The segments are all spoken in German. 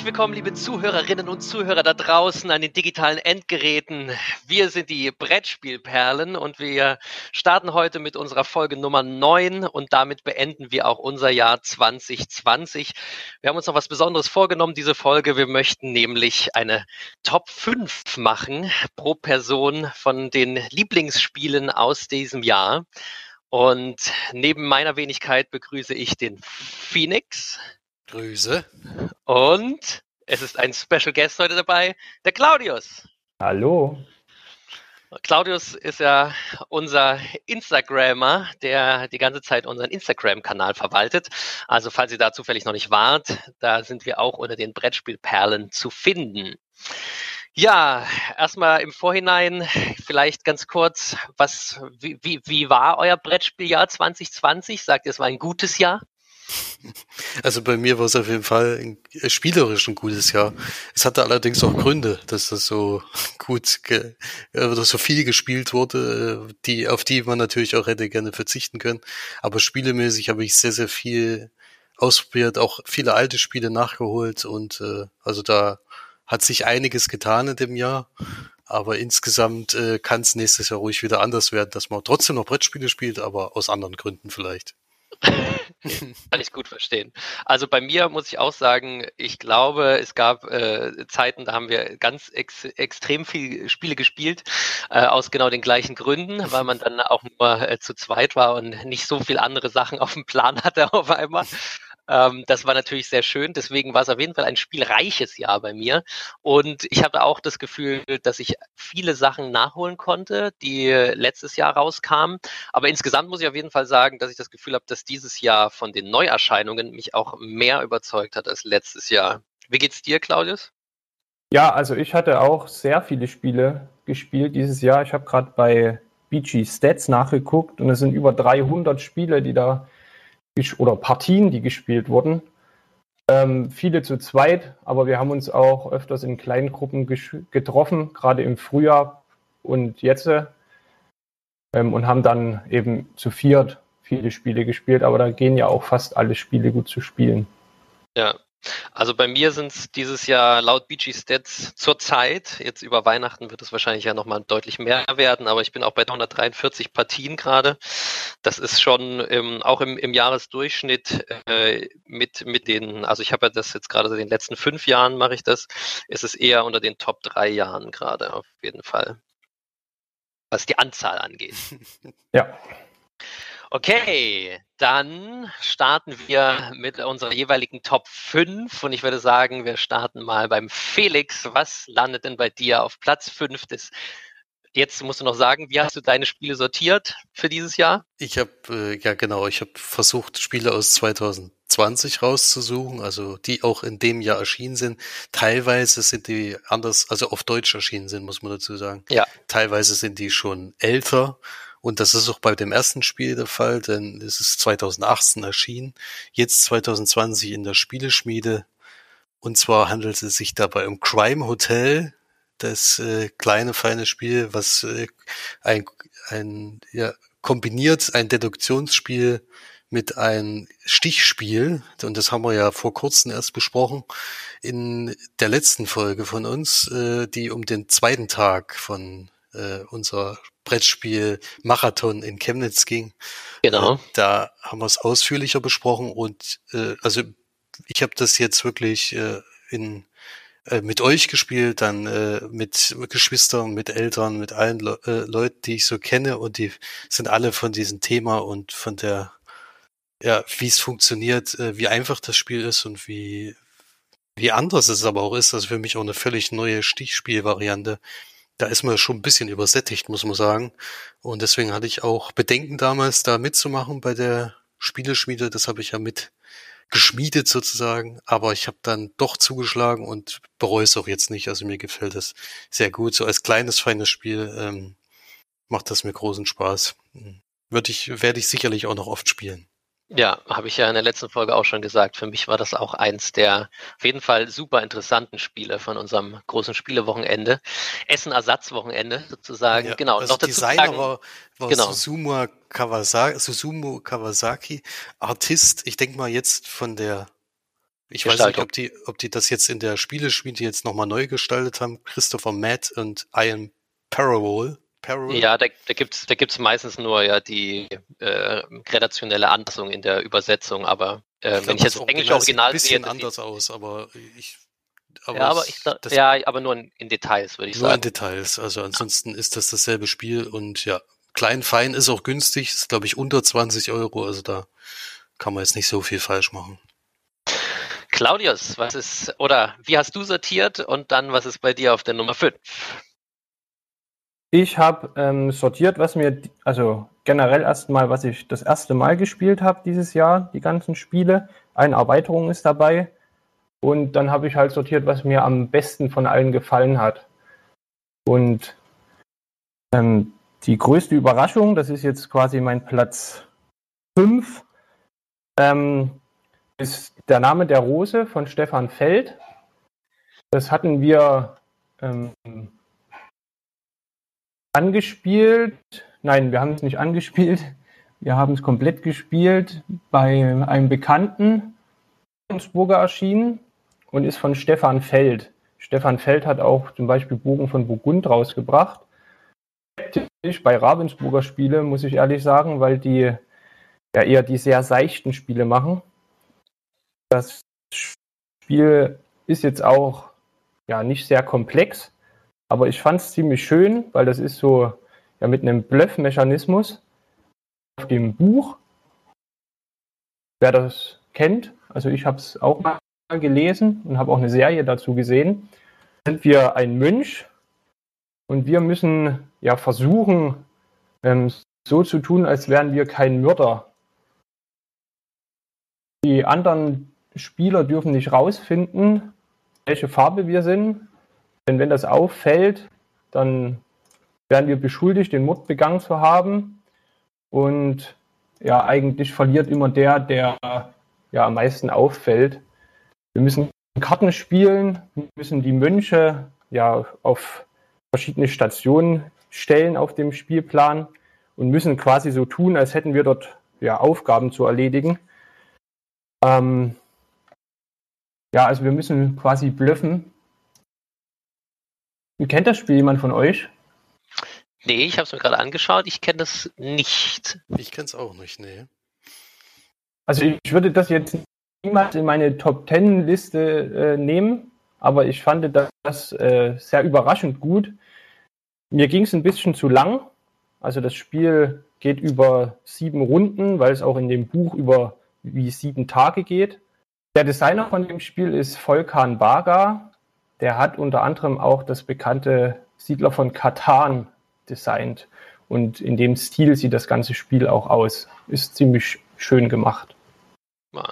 willkommen, liebe Zuhörerinnen und Zuhörer da draußen an den digitalen Endgeräten. Wir sind die Brettspielperlen und wir starten heute mit unserer Folge Nummer 9 und damit beenden wir auch unser Jahr 2020. Wir haben uns noch was Besonderes vorgenommen, diese Folge. Wir möchten nämlich eine Top 5 machen pro Person von den Lieblingsspielen aus diesem Jahr. Und neben meiner Wenigkeit begrüße ich den Phoenix. Grüße. Und es ist ein Special Guest heute dabei, der Claudius. Hallo. Claudius ist ja unser Instagrammer, der die ganze Zeit unseren Instagram-Kanal verwaltet. Also falls ihr da zufällig noch nicht wart, da sind wir auch unter den Brettspielperlen zu finden. Ja, erstmal im Vorhinein vielleicht ganz kurz, wie war euer Brettspieljahr 2020? Sagt ihr, es war ein gutes Jahr? Also bei mir war es auf jeden Fall spielerisch ein gutes Jahr. Es hatte allerdings auch Gründe, dass das so gut oder so viel gespielt wurde, auf die man natürlich auch hätte gerne verzichten können. Aber spielemäßig habe ich sehr, sehr viel ausprobiert, auch viele alte Spiele nachgeholt und also da hat sich einiges getan in dem Jahr. Aber insgesamt kann es nächstes Jahr ruhig wieder anders werden, dass man trotzdem noch Brettspiele spielt, aber aus anderen Gründen vielleicht. Kann ich gut verstehen. Also bei mir muss ich auch sagen, ich glaube, es gab Zeiten, da haben wir ganz extrem viel Spiele gespielt, aus genau den gleichen Gründen, weil man dann auch nur zu zweit war und nicht so viel andere Sachen auf dem Plan hatte auf einmal. Das war natürlich sehr schön, deswegen war es auf jeden Fall ein spielreiches Jahr bei mir und ich hatte auch das Gefühl, dass ich viele Sachen nachholen konnte, die letztes Jahr rauskamen, aber insgesamt muss ich auf jeden Fall sagen, dass ich das Gefühl habe, dass dieses Jahr von den Neuerscheinungen mich auch mehr überzeugt hat als letztes Jahr. Wie geht's dir, Claudius? Ja, also ich hatte auch sehr viele Spiele gespielt dieses Jahr. Ich habe gerade bei BG Stats nachgeguckt und es sind über 300 Spiele, oder Partien, die gespielt wurden. Viele zu zweit, aber wir haben uns auch öfters in kleinen Gruppen getroffen, gerade im Frühjahr und jetzt, und haben dann eben zu viert viele Spiele gespielt, aber da gehen ja auch fast alle Spiele gut zu spielen. Ja. Also bei mir sind es dieses Jahr laut BG Stats zurzeit, jetzt über Weihnachten wird es wahrscheinlich ja nochmal deutlich mehr werden, aber ich bin auch bei 143 Partien gerade. Das ist schon auch im Jahresdurchschnitt mit den, also ich habe ja das jetzt gerade in den letzten 5 Jahren mache ich das, ist es eher unter den Top 3 Jahren gerade auf jeden Fall, was die Anzahl angeht. Ja. Okay, dann starten wir mit unserer jeweiligen Top 5 und ich würde sagen, wir starten mal beim Felix. Was landet denn bei dir auf Platz 5 des? Jetzt musst du noch sagen, wie hast du deine Spiele sortiert für dieses Jahr? Ich habe, ich habe versucht, Spiele aus 2020 rauszusuchen, also die auch in dem Jahr erschienen sind. Teilweise sind die anders, also auf Deutsch erschienen sind, muss man dazu sagen. Ja. Teilweise sind die schon älter. Und das ist auch bei dem ersten Spiel der Fall, denn es ist 2018 erschienen, jetzt 2020 in der Spieleschmiede. Und zwar handelt es sich dabei um Crime Hotel, das kleine, feine Spiel, was kombiniert ein Deduktionsspiel mit einem Stichspiel. Und das haben wir ja vor kurzem erst besprochen in der letzten Folge von uns, die um den zweiten Tag von unser Brettspiel Marathon in Chemnitz ging. Genau. Da haben wir es ausführlicher besprochen und also ich habe das jetzt wirklich mit euch gespielt, dann mit Geschwistern, mit Eltern, mit allen Leuten, die ich so kenne und die sind alle von diesem Thema und von der, ja, wie es funktioniert, wie einfach das Spiel ist und wie anders es aber auch ist. Also für mich auch eine völlig neue Stichspielvariante. Da ist man schon ein bisschen übersättigt, muss man sagen. Und deswegen hatte ich auch Bedenken damals, da mitzumachen bei der Spieleschmiede. Das habe ich ja mit geschmiedet sozusagen. Aber ich habe dann doch zugeschlagen und bereue es auch jetzt nicht. Also mir gefällt das sehr gut. So als kleines, feines Spiel macht das mir großen Spaß. Werde ich sicherlich auch noch oft spielen. Ja, habe ich ja in der letzten Folge auch schon gesagt. Für mich war das auch eins der auf jeden Fall super interessanten Spiele von unserem großen Spielewochenende. Essen-Ersatzwochenende sozusagen. Ja, genau. also Noch dazu Designer sagen, war genau. Susumu Kawasaki, Artist, ich denke mal jetzt von der Ich weiß nicht, ob die das jetzt in der Spieleschmiede jetzt nochmal neu gestaltet haben. Christopher Matt und Ian Parrawell. Ja, da gibt's meistens nur ja die redaktionelle Anpassung in der Übersetzung, aber wenn ich jetzt das englische Original sehe, sieht ein bisschen anders aus, aber aber nur in Details, würde ich sagen. Nur in Details, also ansonsten ist das dasselbe Spiel und ja, klein, fein ist auch günstig, ist glaube ich unter 20 €, also da kann man jetzt nicht so viel falsch machen. Claudius, wie hast du sortiert und dann, was ist bei dir auf der Nummer 5? Ich habe sortiert, also generell erstmal, was ich das erste Mal gespielt habe dieses Jahr, die ganzen Spiele. Eine Erweiterung ist dabei. Und dann habe ich halt sortiert, was mir am besten von allen gefallen hat. Und die größte Überraschung, das ist jetzt quasi mein Platz 5, ist Der Name der Rose von Stefan Feld. Das hatten wir angespielt. Nein, wir haben es nicht angespielt. Wir haben es komplett gespielt bei einem Bekannten, Ravensburger erschienen und ist von Stefan Feld. Stefan Feld hat auch zum Beispiel Bogen von Burgund rausgebracht. Bei Ravensburger Spiele, muss ich ehrlich sagen, weil die ja eher die sehr seichten Spiele machen. Das Spiel ist jetzt auch ja nicht sehr komplex, aber ich fand es ziemlich schön, weil das ist so ja mit einem Bluff-Mechanismus auf dem Buch. Wer das kennt, also ich habe es auch mal gelesen und habe auch eine Serie dazu gesehen. Sind wir ein Mönch und wir müssen ja versuchen, so zu tun, als wären wir kein Mörder. Die anderen Spieler dürfen nicht rausfinden, welche Farbe wir sind, denn wenn das auffällt, dann werden wir beschuldigt, den Mord begangen zu haben und ja, eigentlich verliert immer der ja am meisten auffällt. Wir müssen Karten spielen, müssen die Mönche ja auf verschiedene Stationen stellen auf dem Spielplan und müssen quasi so tun, als hätten wir dort ja Aufgaben zu erledigen. Ja, also wir müssen quasi bluffen. Kennt das Spiel jemand von euch? Nee, ich habe es mir gerade angeschaut. Ich kenne das nicht. Ich kenne es auch nicht, nee. Also ich würde das jetzt niemals in meine Top-10-Liste nehmen, aber ich fand das sehr überraschend gut. Mir ging es ein bisschen zu lang. Also das Spiel geht über 7 Runden, weil es auch in dem Buch über wie 7 Tage geht. Der Designer von dem Spiel ist Volkan Baga. Der hat unter anderem auch das bekannte Siedler von Catan designt. Und in dem Stil sieht das ganze Spiel auch aus. Ist ziemlich schön gemacht. Mann.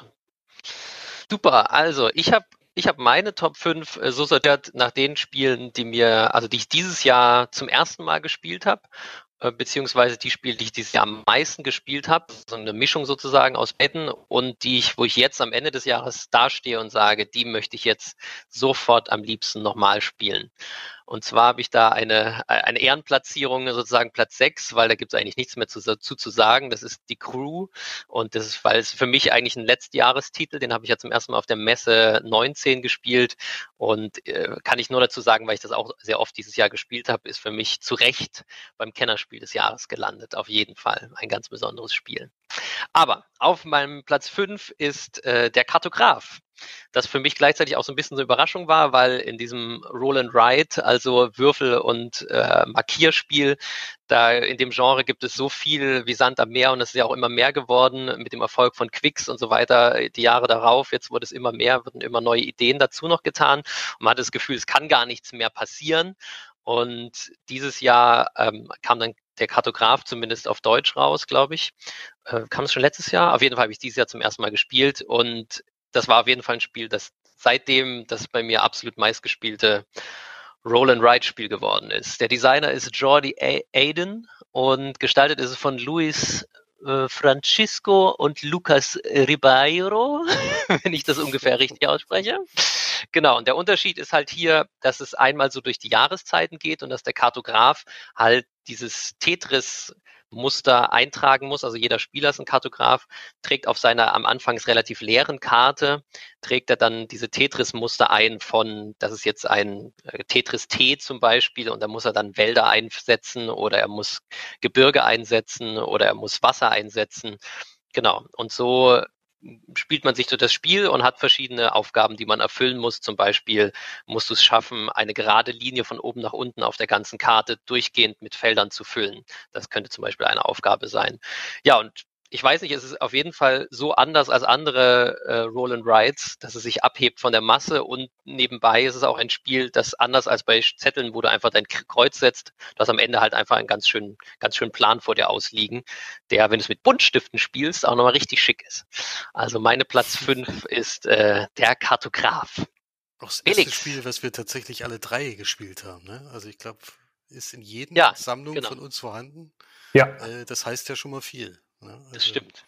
Super, also ich hab meine Top 5 so sortiert nach den Spielen, die ich dieses Jahr zum ersten Mal gespielt habe, beziehungsweise die Spiele, die ich dieses Jahr am meisten gespielt habe, so eine Mischung sozusagen aus beiden und wo ich jetzt am Ende des Jahres dastehe und sage, die möchte ich jetzt sofort am liebsten nochmal spielen. Und zwar habe ich da eine Ehrenplatzierung, sozusagen Platz 6, weil da gibt es eigentlich nichts mehr dazu zu sagen. Das ist die Crew und weil es für mich eigentlich ein Letztjahrestitel, den habe ich ja zum ersten Mal auf der Messe 19 gespielt und kann ich nur dazu sagen, weil ich das auch sehr oft dieses Jahr gespielt habe, ist für mich zu Recht beim Kennerspiel des Jahres gelandet. Auf jeden Fall ein ganz besonderes Spiel. Aber auf meinem Platz 5 ist der Kartograf. Das für mich gleichzeitig auch so ein bisschen so eine Überraschung war, weil in diesem Roll and Write, also Würfel- und Markierspiel, da in dem Genre gibt es so viel wie Sand am Meer und es ist ja auch immer mehr geworden mit dem Erfolg von Quicks und so weiter. Die Jahre darauf, jetzt wurde es immer mehr, wurden immer neue Ideen dazu noch getan und man hat das Gefühl, es kann gar nichts mehr passieren. Und dieses Jahr kam dann der Kartograf zumindest auf Deutsch raus, glaube ich. Kam es schon letztes Jahr? Auf jeden Fall habe ich dieses Jahr zum ersten Mal gespielt und das war auf jeden Fall ein Spiel, das seitdem das bei mir absolut meistgespielte Roll-and-Write-Spiel geworden ist. Der Designer ist Jordi Aiden und gestaltet ist es von Luis Francisco und Lucas Ribeiro, wenn ich das ungefähr richtig ausspreche. Genau, und der Unterschied ist halt hier, dass es einmal so durch die Jahreszeiten geht und dass der Kartograf halt dieses Tetris Muster eintragen muss. Also jeder Spieler ist ein Kartograf, trägt auf seiner am Anfangs relativ leeren Karte, trägt er dann diese Tetris-Muster ein das ist jetzt ein Tetris-T zum Beispiel, und da muss er dann Wälder einsetzen oder er muss Gebirge einsetzen oder er muss Wasser einsetzen. Genau, und so spielt man sich durch das Spiel und hat verschiedene Aufgaben, die man erfüllen muss. Zum Beispiel musst du es schaffen, eine gerade Linie von oben nach unten auf der ganzen Karte durchgehend mit Feldern zu füllen. Das könnte zum Beispiel eine Aufgabe sein. Ja, und ich weiß nicht, es ist auf jeden Fall so anders als andere Roll and Rides, dass es sich abhebt von der Masse, und nebenbei ist es auch ein Spiel, das anders als bei Zetteln, wo du einfach dein Kreuz setzt, du hast am Ende halt einfach einen ganz schönen Plan vor dir ausliegen, der, wenn du es mit Buntstiften spielst, auch nochmal richtig schick ist. Also meine Platz 5 ist der Kartograf. Auch das erste Spiel, was wir tatsächlich alle drei gespielt haben, ne? Also ich glaube, ist in jeder Sammlung von uns vorhanden. Ja. Das heißt ja schon mal viel. Ne? Also, das stimmt.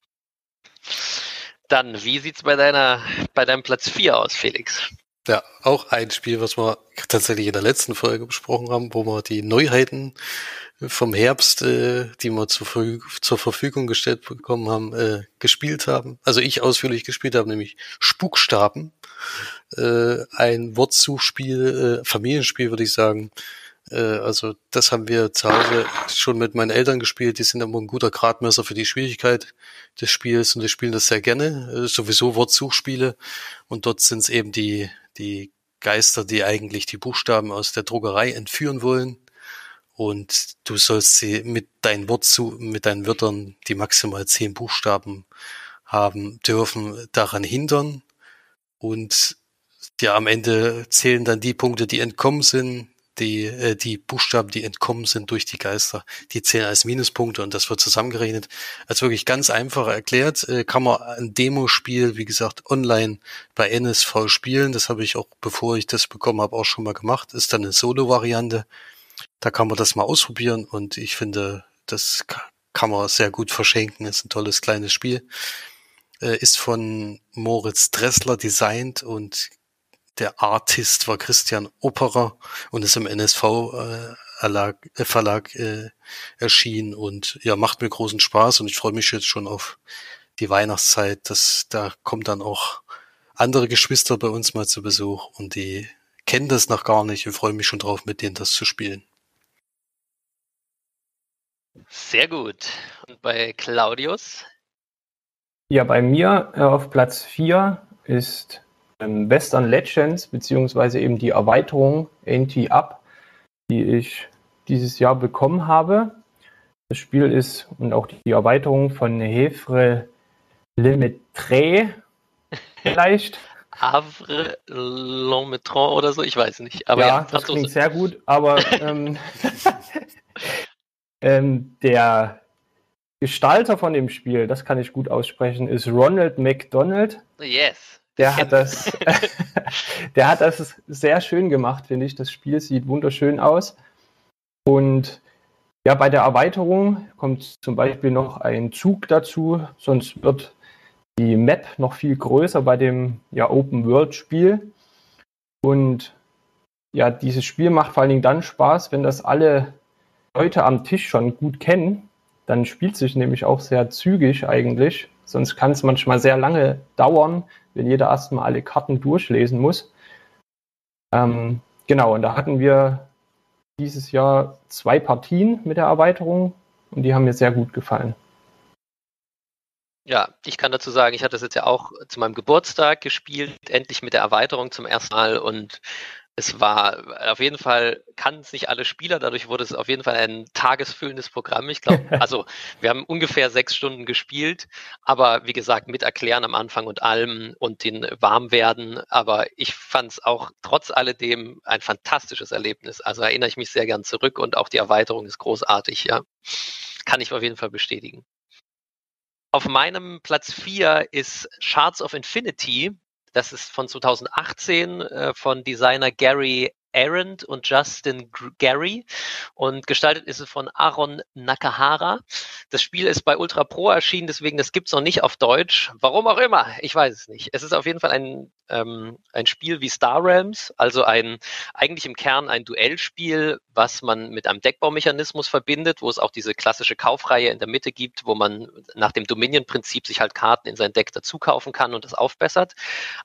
Dann, wie sieht's bei deinem Platz 4 aus, Felix? Ja, auch ein Spiel, was wir tatsächlich in der letzten Folge besprochen haben, wo wir die Neuheiten vom Herbst, die wir zur Verfügung gestellt bekommen haben, gespielt haben. Also ich ausführlich gespielt habe, nämlich Spukstaben. Ein Wortsuchspiel, Familienspiel, würde ich sagen. Also das haben wir zu Hause schon mit meinen Eltern gespielt. Die sind immer ein guter Gradmesser für die Schwierigkeit des Spiels und die spielen das sehr gerne. Sowieso Wortsuchspiele, und dort sind es eben die Geister, die eigentlich die Buchstaben aus der Druckerei entführen wollen, und du sollst sie mit deinen Wörtern, die maximal 10 Buchstaben haben dürfen, daran hindern, und ja, am Ende zählen dann die Punkte, die entkommen sind. Die Buchstaben, die entkommen sind durch die Geister, die zählen als Minuspunkte, und das wird zusammengerechnet. Also wirklich ganz einfach erklärt, kann man ein Demospiel, wie gesagt, online bei NSV spielen. Das habe ich auch, bevor ich das bekommen habe, auch schon mal gemacht. Ist dann eine Solo-Variante. Da kann man das mal ausprobieren, und ich finde, das kann man sehr gut verschenken. Ist ein tolles kleines Spiel. Ist von Moritz Dressler designt, und der Artist war Christian Opperer und ist im NSV-Verlag erschienen, und ja, macht mir großen Spaß, und ich freue mich jetzt schon auf die Weihnachtszeit. Da kommen dann auch andere Geschwister bei uns mal zu Besuch, und die kennen das noch gar nicht. Ich freue mich schon drauf, mit denen das zu spielen. Sehr gut. Und bei Claudius? Ja, bei mir auf Platz 4 ist Western Legends, beziehungsweise eben die Erweiterung Ain't Up, die ich dieses Jahr bekommen habe. Das Spiel ist, und auch die Erweiterung von Havre Lemaitre vielleicht. Havre Lemaitre oder so, ich weiß nicht. Aber ja, das klingt sehr gut, aber der Gestalter von dem Spiel, das kann ich gut aussprechen, ist Ronald McDonald. Yes. Der hat das sehr schön gemacht, finde ich. Das Spiel sieht wunderschön aus. Und ja, bei der Erweiterung kommt zum Beispiel noch ein Zug dazu, sonst wird die Map noch viel größer bei dem Open-World-Spiel. Und ja, dieses Spiel macht vor allen Dingen dann Spaß, wenn das alle Leute am Tisch schon gut kennen. Dann spielt sich nämlich auch sehr zügig eigentlich. Sonst kann es manchmal sehr lange dauern, wenn jeder erstmal alle Karten durchlesen muss. Genau, und da hatten wir dieses Jahr 2 Partien mit der Erweiterung, und die haben mir sehr gut gefallen. Ja, ich kann dazu sagen, ich hatte das jetzt ja auch zu meinem Geburtstag gespielt, endlich mit der Erweiterung zum ersten Mal, und es war auf jeden Fall, kann es nicht alle Spieler, dadurch wurde es auf jeden Fall ein tagesfüllendes Programm. Ich glaube, also wir haben ungefähr 6 Stunden gespielt, aber wie gesagt, mit Erklären am Anfang und allem und den Warmwerden, aber ich fand es auch trotz alledem ein fantastisches Erlebnis. Also erinnere ich mich sehr gern zurück, und auch die Erweiterung ist großartig, ja. Kann ich auf jeden Fall bestätigen. Auf meinem Platz 4 ist Shards of Infinity. Das ist von 2018 von Designer Gary Arendt und Justin Gary, und gestaltet ist es von Aaron Nakahara. Das Spiel ist bei Ultra Pro erschienen, deswegen das gibt's noch nicht auf Deutsch. Warum auch immer, ich weiß es nicht. Es ist auf jeden Fall ein Spiel wie Star Realms, also eigentlich im Kern ein Duellspiel, was man mit einem Deckbaumechanismus verbindet, wo es auch diese klassische Kaufreihe in der Mitte gibt, wo man nach dem Dominion-Prinzip sich halt Karten in sein Deck dazu kaufen kann und das aufbessert.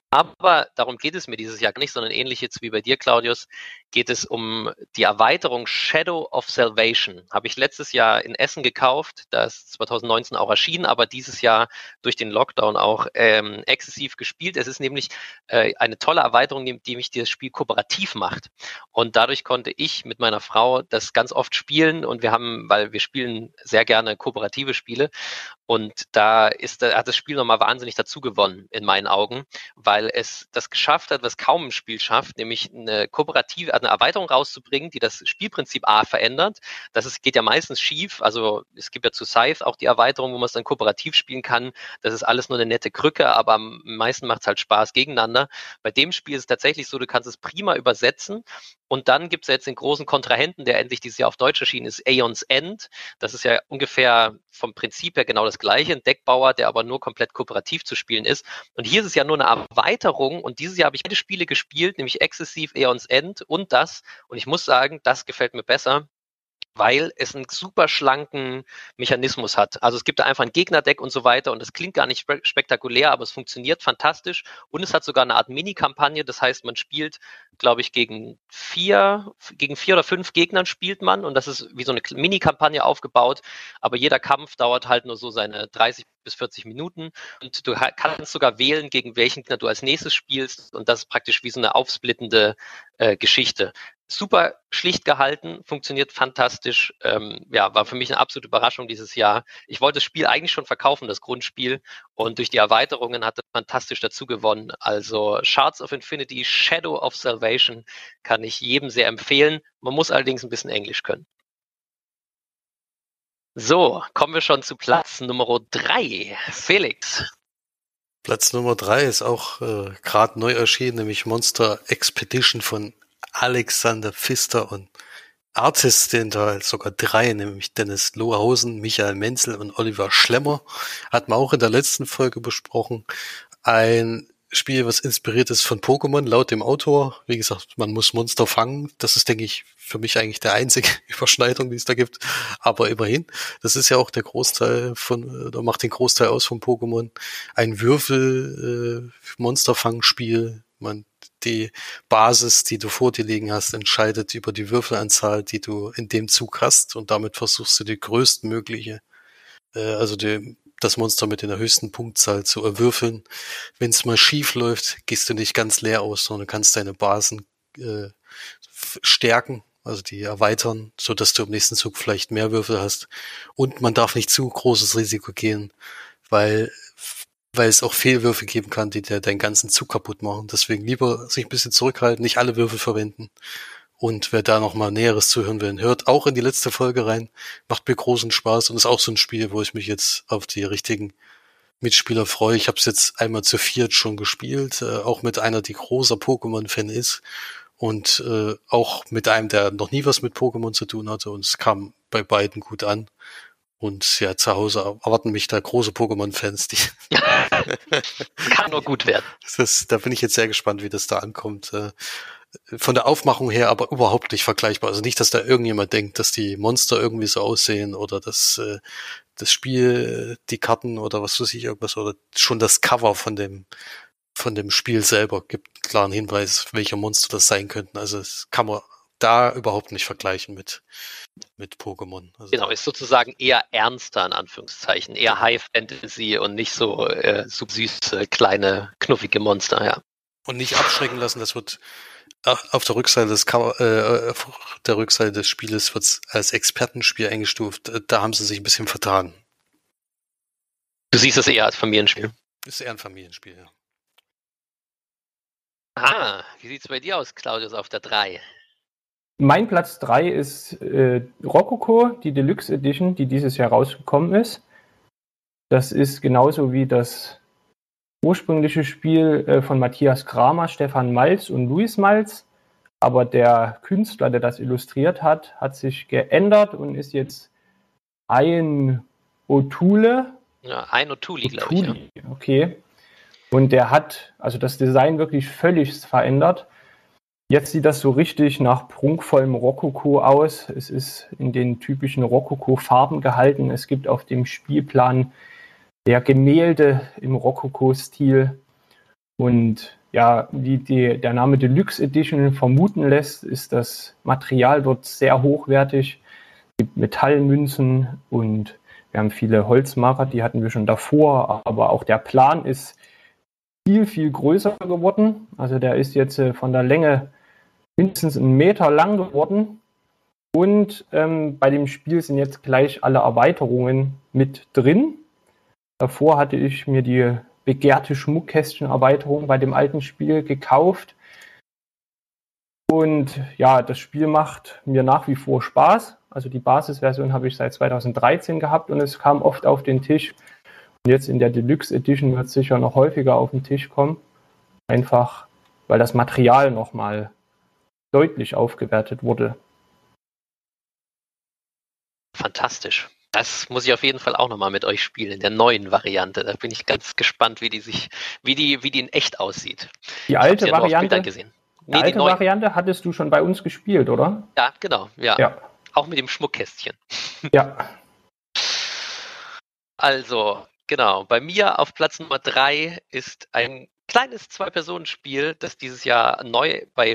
Aber darum geht es mir dieses Jahr nicht, sondern ähnlich jetzt wie bei dir, Claudius, geht es um die Erweiterung Shadow of Salvation. Habe ich letztes Jahr in Essen gekauft, das ist 2019 auch erschienen, aber dieses Jahr durch den Lockdown auch exzessiv gespielt. Es ist nämlich eine tolle Erweiterung, die mich das Spiel kooperativ macht. Und dadurch konnte ich mit meiner Frau das ganz oft spielen und weil wir spielen sehr gerne kooperative Spiele. Und da hat das Spiel nochmal wahnsinnig dazu gewonnen, in meinen Augen, weil es das geschafft hat, was kaum ein Spiel schafft, nämlich eine Erweiterung rauszubringen, die das Spielprinzip verändert. Geht ja meistens schief. Also es gibt ja zu Scythe auch die Erweiterung, wo man es dann kooperativ spielen kann. Das ist alles nur eine nette Krücke, aber am meisten macht es halt Spaß gegeneinander. Bei dem Spiel ist es tatsächlich so, du kannst es prima übersetzen. Und dann gibt es jetzt den großen Kontrahenten, der endlich dieses Jahr auf Deutsch erschienen ist, Aeon's End. Das ist ja ungefähr vom Prinzip her genau das gleiche, ein Deckbauer, der aber nur komplett kooperativ zu spielen ist. Und hier ist es ja nur eine Erweiterung und dieses Jahr habe ich beide Spiele gespielt, nämlich Exzessiv, Aeon's End und das. Und ich muss sagen, das gefällt mir besser, weil es einen super schlanken Mechanismus hat. Also es gibt da einfach ein Gegnerdeck und so weiter und das klingt gar nicht spektakulär, aber es funktioniert fantastisch und es hat sogar eine Art Mini-Kampagne, das heißt, man spielt, glaube ich, gegen vier oder fünf Gegnern spielt man und das ist wie so eine Mini-Kampagne aufgebaut, aber jeder Kampf dauert halt nur so seine 30 bis 40 Minuten und du kannst sogar wählen, gegen welchen Gegner du als nächstes spielst und das ist praktisch wie so eine aufsplittende Geschichte. Super schlicht gehalten, funktioniert fantastisch. War für mich eine absolute Überraschung dieses Jahr. Ich wollte das Spiel eigentlich schon verkaufen, das Grundspiel, und durch die Erweiterungen hat es fantastisch dazu gewonnen. Also Shards of Infinity, Shadow of Salvation kann ich jedem sehr empfehlen. Man muss allerdings ein bisschen Englisch können. So, kommen wir schon zu Platz Nummer 3. Felix. Platz Nummer 3 ist auch gerade neu erschienen, nämlich Monster Expedition von Alexander Pfister und Artists sind da sogar 3, nämlich Dennis Lohausen, Michael Menzel und Oliver Schlemmer. Hatten wir auch in der letzten Folge besprochen. Ein Spiel, was inspiriert ist von Pokémon, laut dem Autor. Wie gesagt, man muss Monster fangen. Das ist, denke ich, für mich eigentlich der einzige Überschneidung, die es da gibt. Aber immerhin, das ist ja auch der Großteil oder macht den Großteil aus von Pokémon. Ein Würfel-Monsterfangspiel. Die Basis, die du vor dir liegen hast, entscheidet über die Würfelanzahl, die du in dem Zug hast, und damit versuchst du die größtmögliche, das Monster mit der höchsten Punktzahl zu erwürfeln. Wenn es mal schief läuft, gehst du nicht ganz leer aus, sondern kannst deine Basen stärken, also die erweitern, so dass du im nächsten Zug vielleicht mehr Würfel hast. Und man darf nicht zu großes Risiko gehen, weil es auch Fehlwürfe geben kann, die dir deinen ganzen Zug kaputt machen. Deswegen lieber sich ein bisschen zurückhalten, nicht alle Würfel verwenden. Und wer da nochmal Näheres zuhören will, hört auch in die letzte Folge rein. Macht mir großen Spaß und ist auch so ein Spiel, wo ich mich jetzt auf die richtigen Mitspieler freue. Ich habe es jetzt einmal zu 4 schon gespielt, auch mit einer, die großer Pokémon-Fan ist und auch mit einem, der noch nie was mit Pokémon zu tun hatte, und es kam bei beiden gut an. Und ja, zu Hause erwarten mich da große Pokémon-Fans, die kann nur gut werden. Da bin ich jetzt sehr gespannt, wie das da ankommt. Von der Aufmachung her aber überhaupt nicht vergleichbar. Also nicht, dass da irgendjemand denkt, dass die Monster irgendwie so aussehen oder dass das Spiel, die Karten oder was weiß ich, irgendwas, oder schon das Cover von dem Spiel selber gibt einen klaren Hinweis, welche Monster das sein könnten. Also das kann man da überhaupt nicht vergleichen mit Pokémon. Also genau, ist sozusagen eher ernster, in Anführungszeichen, eher High Fantasy und nicht so süße, kleine, knuffige Monster, ja. Und nicht abschrecken lassen, das wird auf der Rückseite des Spieles wird als Expertenspiel eingestuft. Da haben sie sich ein bisschen vertan. Du siehst es eher als Familienspiel. Ist eher ein Familienspiel, ja. Wie sieht's bei dir aus, Claudius, auf der 3? Mein Platz 3 ist Rococo, die Deluxe Edition, die dieses Jahr rausgekommen ist. Das ist genauso wie das ursprüngliche Spiel von Matthias Kramer, Stefan Malz und Luis Malz. Aber der Künstler, der das illustriert hat, hat sich geändert und ist jetzt ein O'Toole. Ja, ein O'Toole, glaube ich. Ja. Okay. Und der hat also das Design wirklich völlig verändert. Jetzt sieht das so richtig nach prunkvollem Rokoko aus. Es ist in den typischen Rokoko-Farben gehalten. Es gibt auf dem Spielplan der Gemälde im Rokoko-Stil. Und ja, wie der Name Deluxe Edition vermuten lässt, ist das Material dort sehr hochwertig. Es gibt Metallmünzen und wir haben viele Holzmarker, die hatten wir schon davor. Aber auch der Plan ist viel, viel größer geworden. Also der ist jetzt von der Länge mindestens 1 Meter lang geworden. Und bei dem Spiel sind jetzt gleich alle Erweiterungen mit drin. Davor hatte ich mir die begehrte Schmuckkästchen-Erweiterung bei dem alten Spiel gekauft. Und ja, das Spiel macht mir nach wie vor Spaß. Also die Basisversion habe ich seit 2013 gehabt und es kam oft auf den Tisch. Und jetzt in der Deluxe Edition wird es sicher noch häufiger auf den Tisch kommen. Einfach, weil das Material nochmal deutlich aufgewertet wurde. Fantastisch. Das muss ich auf jeden Fall auch nochmal mit euch spielen, in der neuen Variante. Da bin ich ganz gespannt, wie die in echt aussieht. Die alte Variante, gesehen. Nee, die alte Variante hattest du schon bei uns gespielt, oder? Ja, genau. Ja. Auch mit dem Schmuckkästchen. Ja. Also, genau. Bei mir auf Platz Nummer 3 ist ein kleines 2-Personen-Spiel, das dieses Jahr neu beim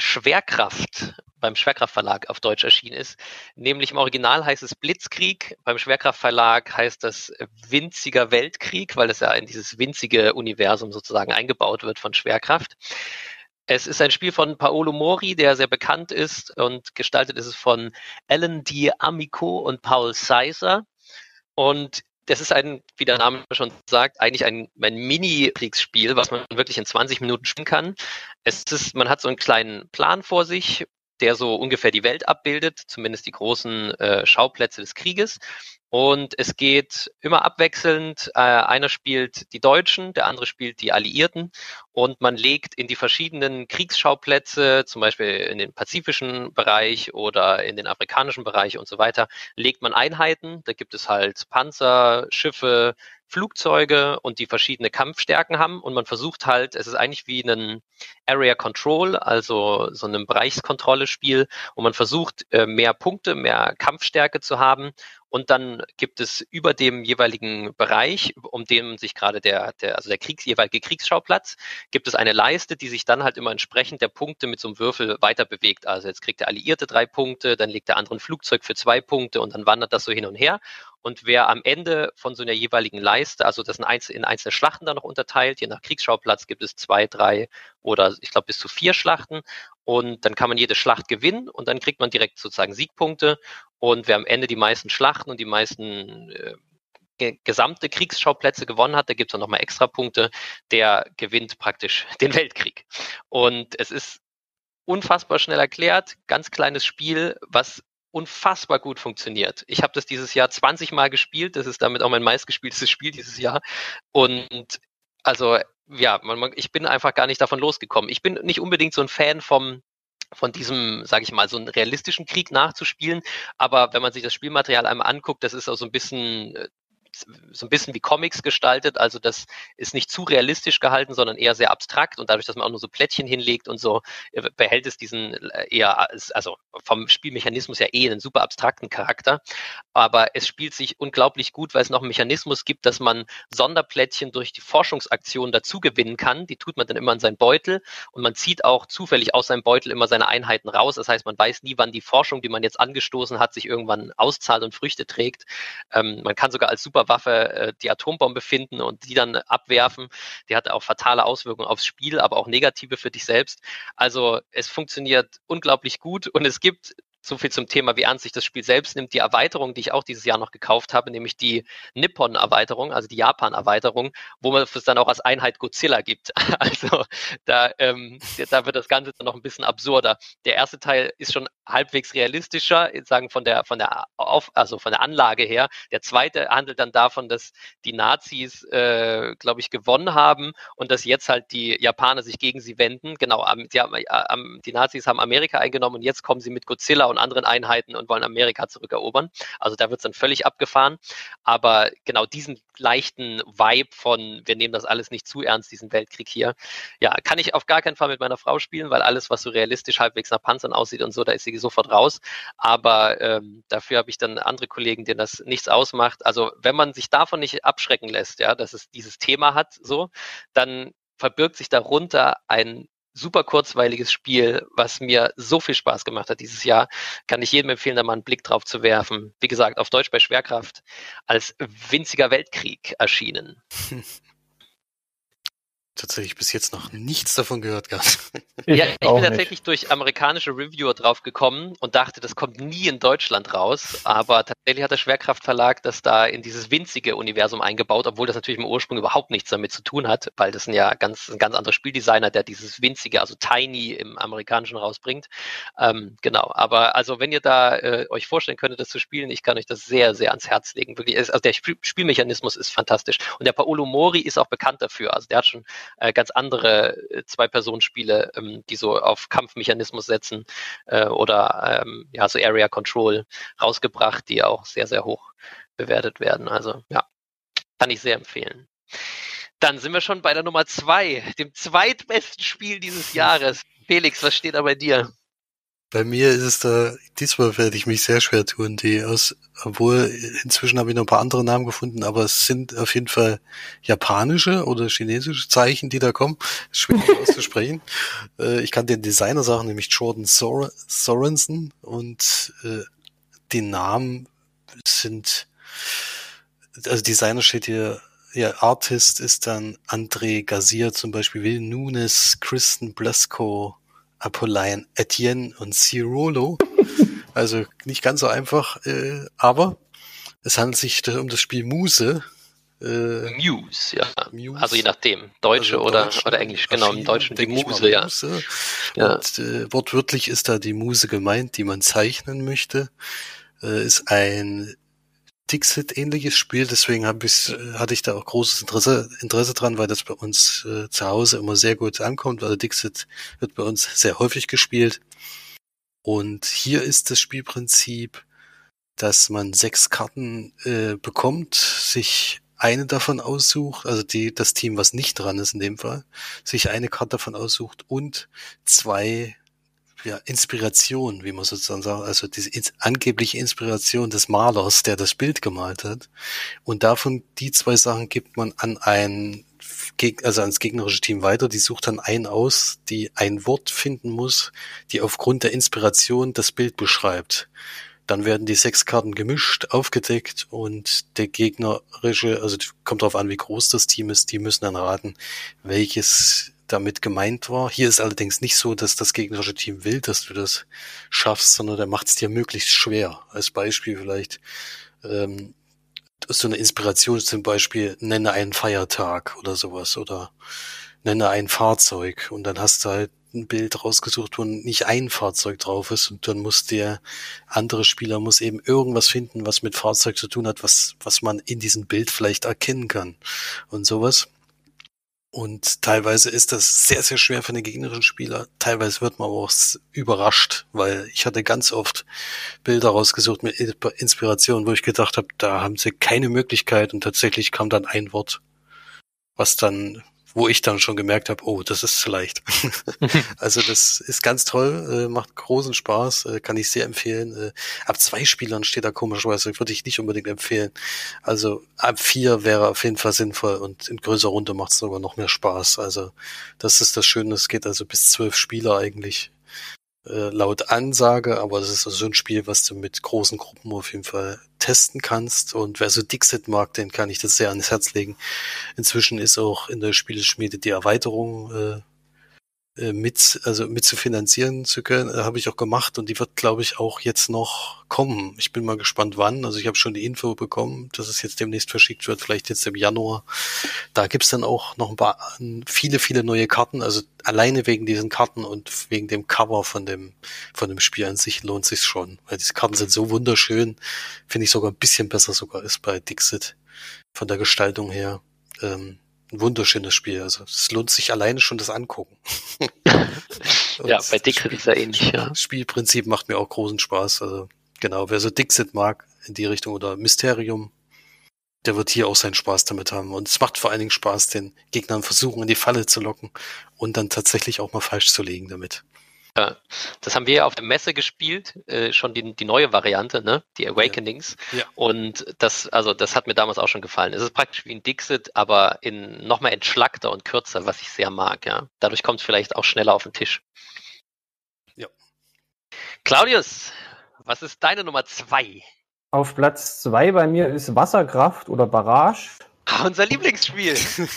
Schwerkraft-Verlag auf Deutsch erschienen ist. Nämlich im Original heißt es Blitzkrieg, beim Schwerkraft-Verlag heißt das Winziger Weltkrieg, weil es ja in dieses winzige Universum sozusagen eingebaut wird von Schwerkraft. Es ist ein Spiel von Paolo Mori, der sehr bekannt ist, und gestaltet ist es von Alan D'Amico und Paul Seiser. Und das ist wie der Name schon sagt, eigentlich ein Mini-Kriegsspiel, was man wirklich in 20 Minuten spielen kann. Man hat so einen kleinen Plan vor sich, der so ungefähr die Welt abbildet, zumindest die großen Schauplätze des Krieges. Und es geht immer abwechselnd. Einer spielt die Deutschen, der andere spielt die Alliierten. Und man legt in die verschiedenen Kriegsschauplätze, zum Beispiel in den pazifischen Bereich oder in den afrikanischen Bereich und so weiter, legt man Einheiten. Da gibt es halt Panzer, Schiffe, Flugzeuge und die verschiedene Kampfstärken haben. Und man versucht halt, es ist eigentlich wie ein Area Control, also so ein Bereichskontrolle-Spiel, und man versucht, mehr Punkte, mehr Kampfstärke zu haben. Und dann gibt es über dem jeweiligen Bereich, um den sich gerade der jeweilige Kriegsschauplatz, gibt es eine Leiste, die sich dann halt immer entsprechend der Punkte mit so einem Würfel weiter bewegt. Also jetzt kriegt der Alliierte 3 Punkte, dann legt der andere ein Flugzeug für 2 Punkte und dann wandert das so hin und her. Und wer am Ende von so einer jeweiligen Leiste, also das in einzelne Schlachten dann noch unterteilt, je nach Kriegsschauplatz gibt es 2, 3 oder ich glaube bis zu 4 Schlachten. Und dann kann man jede Schlacht gewinnen und dann kriegt man direkt sozusagen Siegpunkte. Und wer am Ende die meisten Schlachten und die meisten gesamte Kriegsschauplätze gewonnen hat, da gibt es dann nochmal extra Punkte, der gewinnt praktisch den Weltkrieg. Und es ist unfassbar schnell erklärt, ganz kleines Spiel, was unfassbar gut funktioniert. Ich habe das dieses Jahr 20 Mal gespielt, das ist damit auch mein meistgespieltes Spiel dieses Jahr. Und also ja, ich bin einfach gar nicht davon losgekommen. Ich bin nicht unbedingt so ein Fan von diesem, sage ich mal, so einen realistischen Krieg nachzuspielen, aber wenn man sich das Spielmaterial einmal anguckt, das ist auch so ein bisschen wie Comics gestaltet, also das ist nicht zu realistisch gehalten, sondern eher sehr abstrakt, und dadurch, dass man auch nur so Plättchen hinlegt und so, behält es diesen eher, also vom Spielmechanismus ja einen super abstrakten Charakter, aber es spielt sich unglaublich gut, weil es noch einen Mechanismus gibt, dass man Sonderplättchen durch die Forschungsaktion dazu gewinnen kann, die tut man dann immer in seinen Beutel und man zieht auch zufällig aus seinem Beutel immer seine Einheiten raus, das heißt, man weiß nie, wann die Forschung, die man jetzt angestoßen hat, sich irgendwann auszahlt und Früchte trägt. Man kann sogar als Superwaffe die Atombombe finden und die dann abwerfen. Die hat auch fatale Auswirkungen aufs Spiel, aber auch negative für dich selbst. Also es funktioniert unglaublich gut und es gibt, so viel zum Thema, wie ernst sich das Spiel selbst nimmt, die Erweiterung, die ich auch dieses Jahr noch gekauft habe, nämlich die Nippon-Erweiterung, also die Japan-Erweiterung, wo man es dann auch als Einheit Godzilla gibt. Also da wird das Ganze dann noch ein bisschen absurder. Der erste Teil ist schon halbwegs realistischer, sagen von der Anlage her. Der zweite handelt dann davon, dass die Nazis, glaube ich, gewonnen haben und dass jetzt halt die Japaner sich gegen sie wenden. Genau, die Nazis haben Amerika eingenommen und jetzt kommen sie mit Godzilla bauen anderen Einheiten und wollen Amerika zurückerobern. Also da wird es dann völlig abgefahren. Aber genau diesen leichten Vibe von, wir nehmen das alles nicht zu ernst, diesen Weltkrieg hier, ja, kann ich auf gar keinen Fall mit meiner Frau spielen, weil alles, was so realistisch halbwegs nach Panzern aussieht und so, da ist sie sofort raus. Aber dafür habe ich dann andere Kollegen, denen das nichts ausmacht. Also wenn man sich davon nicht abschrecken lässt, ja, dass es dieses Thema hat, so, dann verbirgt sich darunter ein super kurzweiliges Spiel, was mir so viel Spaß gemacht hat dieses Jahr. Kann ich jedem empfehlen, da mal einen Blick drauf zu werfen. Wie gesagt, auf Deutsch bei Schwerkraft als winziger Weltkrieg erschienen. Tatsächlich bis jetzt noch nichts davon gehört gehabt. Ja, ich bin tatsächlich durch amerikanische Reviewer drauf gekommen und dachte, das kommt nie in Deutschland raus. Aber tatsächlich hat der Schwerkraftverlag das da in dieses winzige Universum eingebaut, obwohl das natürlich im Ursprung überhaupt nichts damit zu tun hat, weil das ein ganz anderer Spieldesigner, der dieses winzige, also Tiny im Amerikanischen rausbringt. Genau, aber also wenn ihr da euch vorstellen könntet, das zu spielen, ich kann euch das sehr, sehr ans Herz legen. Wirklich, also der Spielmechanismus ist fantastisch. Und der Paolo Mori ist auch bekannt dafür. Also der hat schon ganz andere Zwei-Personen-Spiele, die so auf Kampfmechanismus setzen oder ja, so Area Control rausgebracht, die auch sehr, sehr hoch bewertet werden. Also ja, kann ich sehr empfehlen. Dann sind wir schon bei der Nummer 2, dem zweitbesten Spiel dieses Jahres. Felix, was steht da bei dir? Bei mir ist es da, diesmal werde ich mich sehr schwer tun, obwohl inzwischen habe ich noch ein paar andere Namen gefunden, aber es sind auf jeden Fall japanische oder chinesische Zeichen, die da kommen. Schwer auszusprechen. Ich kann den Designer sagen, nämlich Jordan Sorensen, und die Namen sind, also Designer steht hier, ja, Artist ist dann André Gazier zum Beispiel, Will Nunes, Kristen Blasco, Apolline, Etienne und Cirolo. Also nicht ganz so einfach, aber es handelt sich um das Spiel Muse. Muse, ja. Muse. Also je nachdem, Deutsche oder Englisch, genau, im Deutschen die Muse, ja. Muse. Und wortwörtlich ist da die Muse gemeint, die man zeichnen möchte. Ist ein Dixit-ähnliches Spiel, deswegen hatte ich da auch großes Interesse dran, weil das bei uns zu Hause immer sehr gut ankommt. Also Dixit wird bei uns sehr häufig gespielt. Und hier ist das Spielprinzip, dass man 6 Karten bekommt, sich eine davon aussucht, also das Team, was nicht dran ist in dem Fall, sich eine Karte davon aussucht und 2 Inspiration, wie man sozusagen sagt, also diese angebliche Inspiration des Malers, der das Bild gemalt hat. Und davon die 2 Sachen gibt man an ans gegnerische Team weiter. Die sucht dann einen aus, die ein Wort finden muss, die aufgrund der Inspiration das Bild beschreibt. Dann werden die 6 Karten gemischt, aufgedeckt, und der gegnerische, also kommt darauf an, wie groß das Team ist, die müssen dann raten, welches damit gemeint war. Hier ist allerdings nicht so, dass das gegnerische Team will, dass du das schaffst, sondern der macht es dir möglichst schwer. Als Beispiel vielleicht so eine Inspiration zum Beispiel, nenne einen Feiertag oder sowas oder nenne ein Fahrzeug, und dann hast du halt ein Bild rausgesucht, wo nicht ein Fahrzeug drauf ist, und dann muss der andere Spieler eben irgendwas finden, was mit Fahrzeug zu tun hat, was man in diesem Bild vielleicht erkennen kann und sowas. Und teilweise ist das sehr, sehr schwer für den gegnerischen Spieler. Teilweise wird man aber auch überrascht, weil ich hatte ganz oft Bilder rausgesucht mit Inspiration, wo ich gedacht habe, da haben sie keine Möglichkeit, und tatsächlich kam dann ein Wort, wo ich dann schon gemerkt habe, oh, das ist zu leicht. Also das ist ganz toll, macht großen Spaß, kann ich sehr empfehlen. Ab 2 Spielern steht da komischerweise, würde ich nicht unbedingt empfehlen. Also ab 4 wäre auf jeden Fall sinnvoll, und in größerer Runde macht es sogar noch mehr Spaß. Also das ist das Schöne, es geht also bis 12 Spieler eigentlich laut Ansage, aber das ist also so ein Spiel, was du mit großen Gruppen auf jeden Fall testen kannst, und wer so Dixit mag, den kann ich das sehr ans Herz legen. Inzwischen ist auch in der Spieleschmiede die Erweiterung mit zu finanzieren zu können, habe ich auch gemacht, und die wird, glaube ich, auch jetzt noch kommen. Ich bin mal gespannt, wann. Also ich habe schon die Info bekommen, dass es jetzt demnächst verschickt wird, vielleicht jetzt im Januar. Da gibt's dann auch noch viele, viele neue Karten. Also alleine wegen diesen Karten und wegen dem Cover von dem Spiel an sich lohnt sich's schon, weil diese Karten sind so wunderschön. Finde ich sogar ein bisschen besser sogar ist bei Dixit von der Gestaltung her. Ein wunderschönes Spiel, also es lohnt sich alleine schon das Angucken. Ja, bei Dixit ist ja ähnlich, ja. Spielprinzip macht mir auch großen Spaß. Also genau, wer so Dixit mag in die Richtung oder Mysterium, der wird hier auch seinen Spaß damit haben. Und es macht vor allen Dingen Spaß, den Gegnern versuchen, in die Falle zu locken und dann tatsächlich auch mal falsch zu liegen damit. Ja, das haben wir ja auf der Messe gespielt, schon die neue Variante, ne? Die Awakenings. Ja. Und das hat mir damals auch schon gefallen. Es ist praktisch wie ein Dixit, aber nochmal entschlackter und kürzer, was ich sehr mag, ja. Dadurch kommt es vielleicht auch schneller auf den Tisch. Ja. Claudius, was ist deine Nummer 2? Auf Platz 2 bei mir ist Wasserkraft oder Barrage. Unser Lieblingsspiel.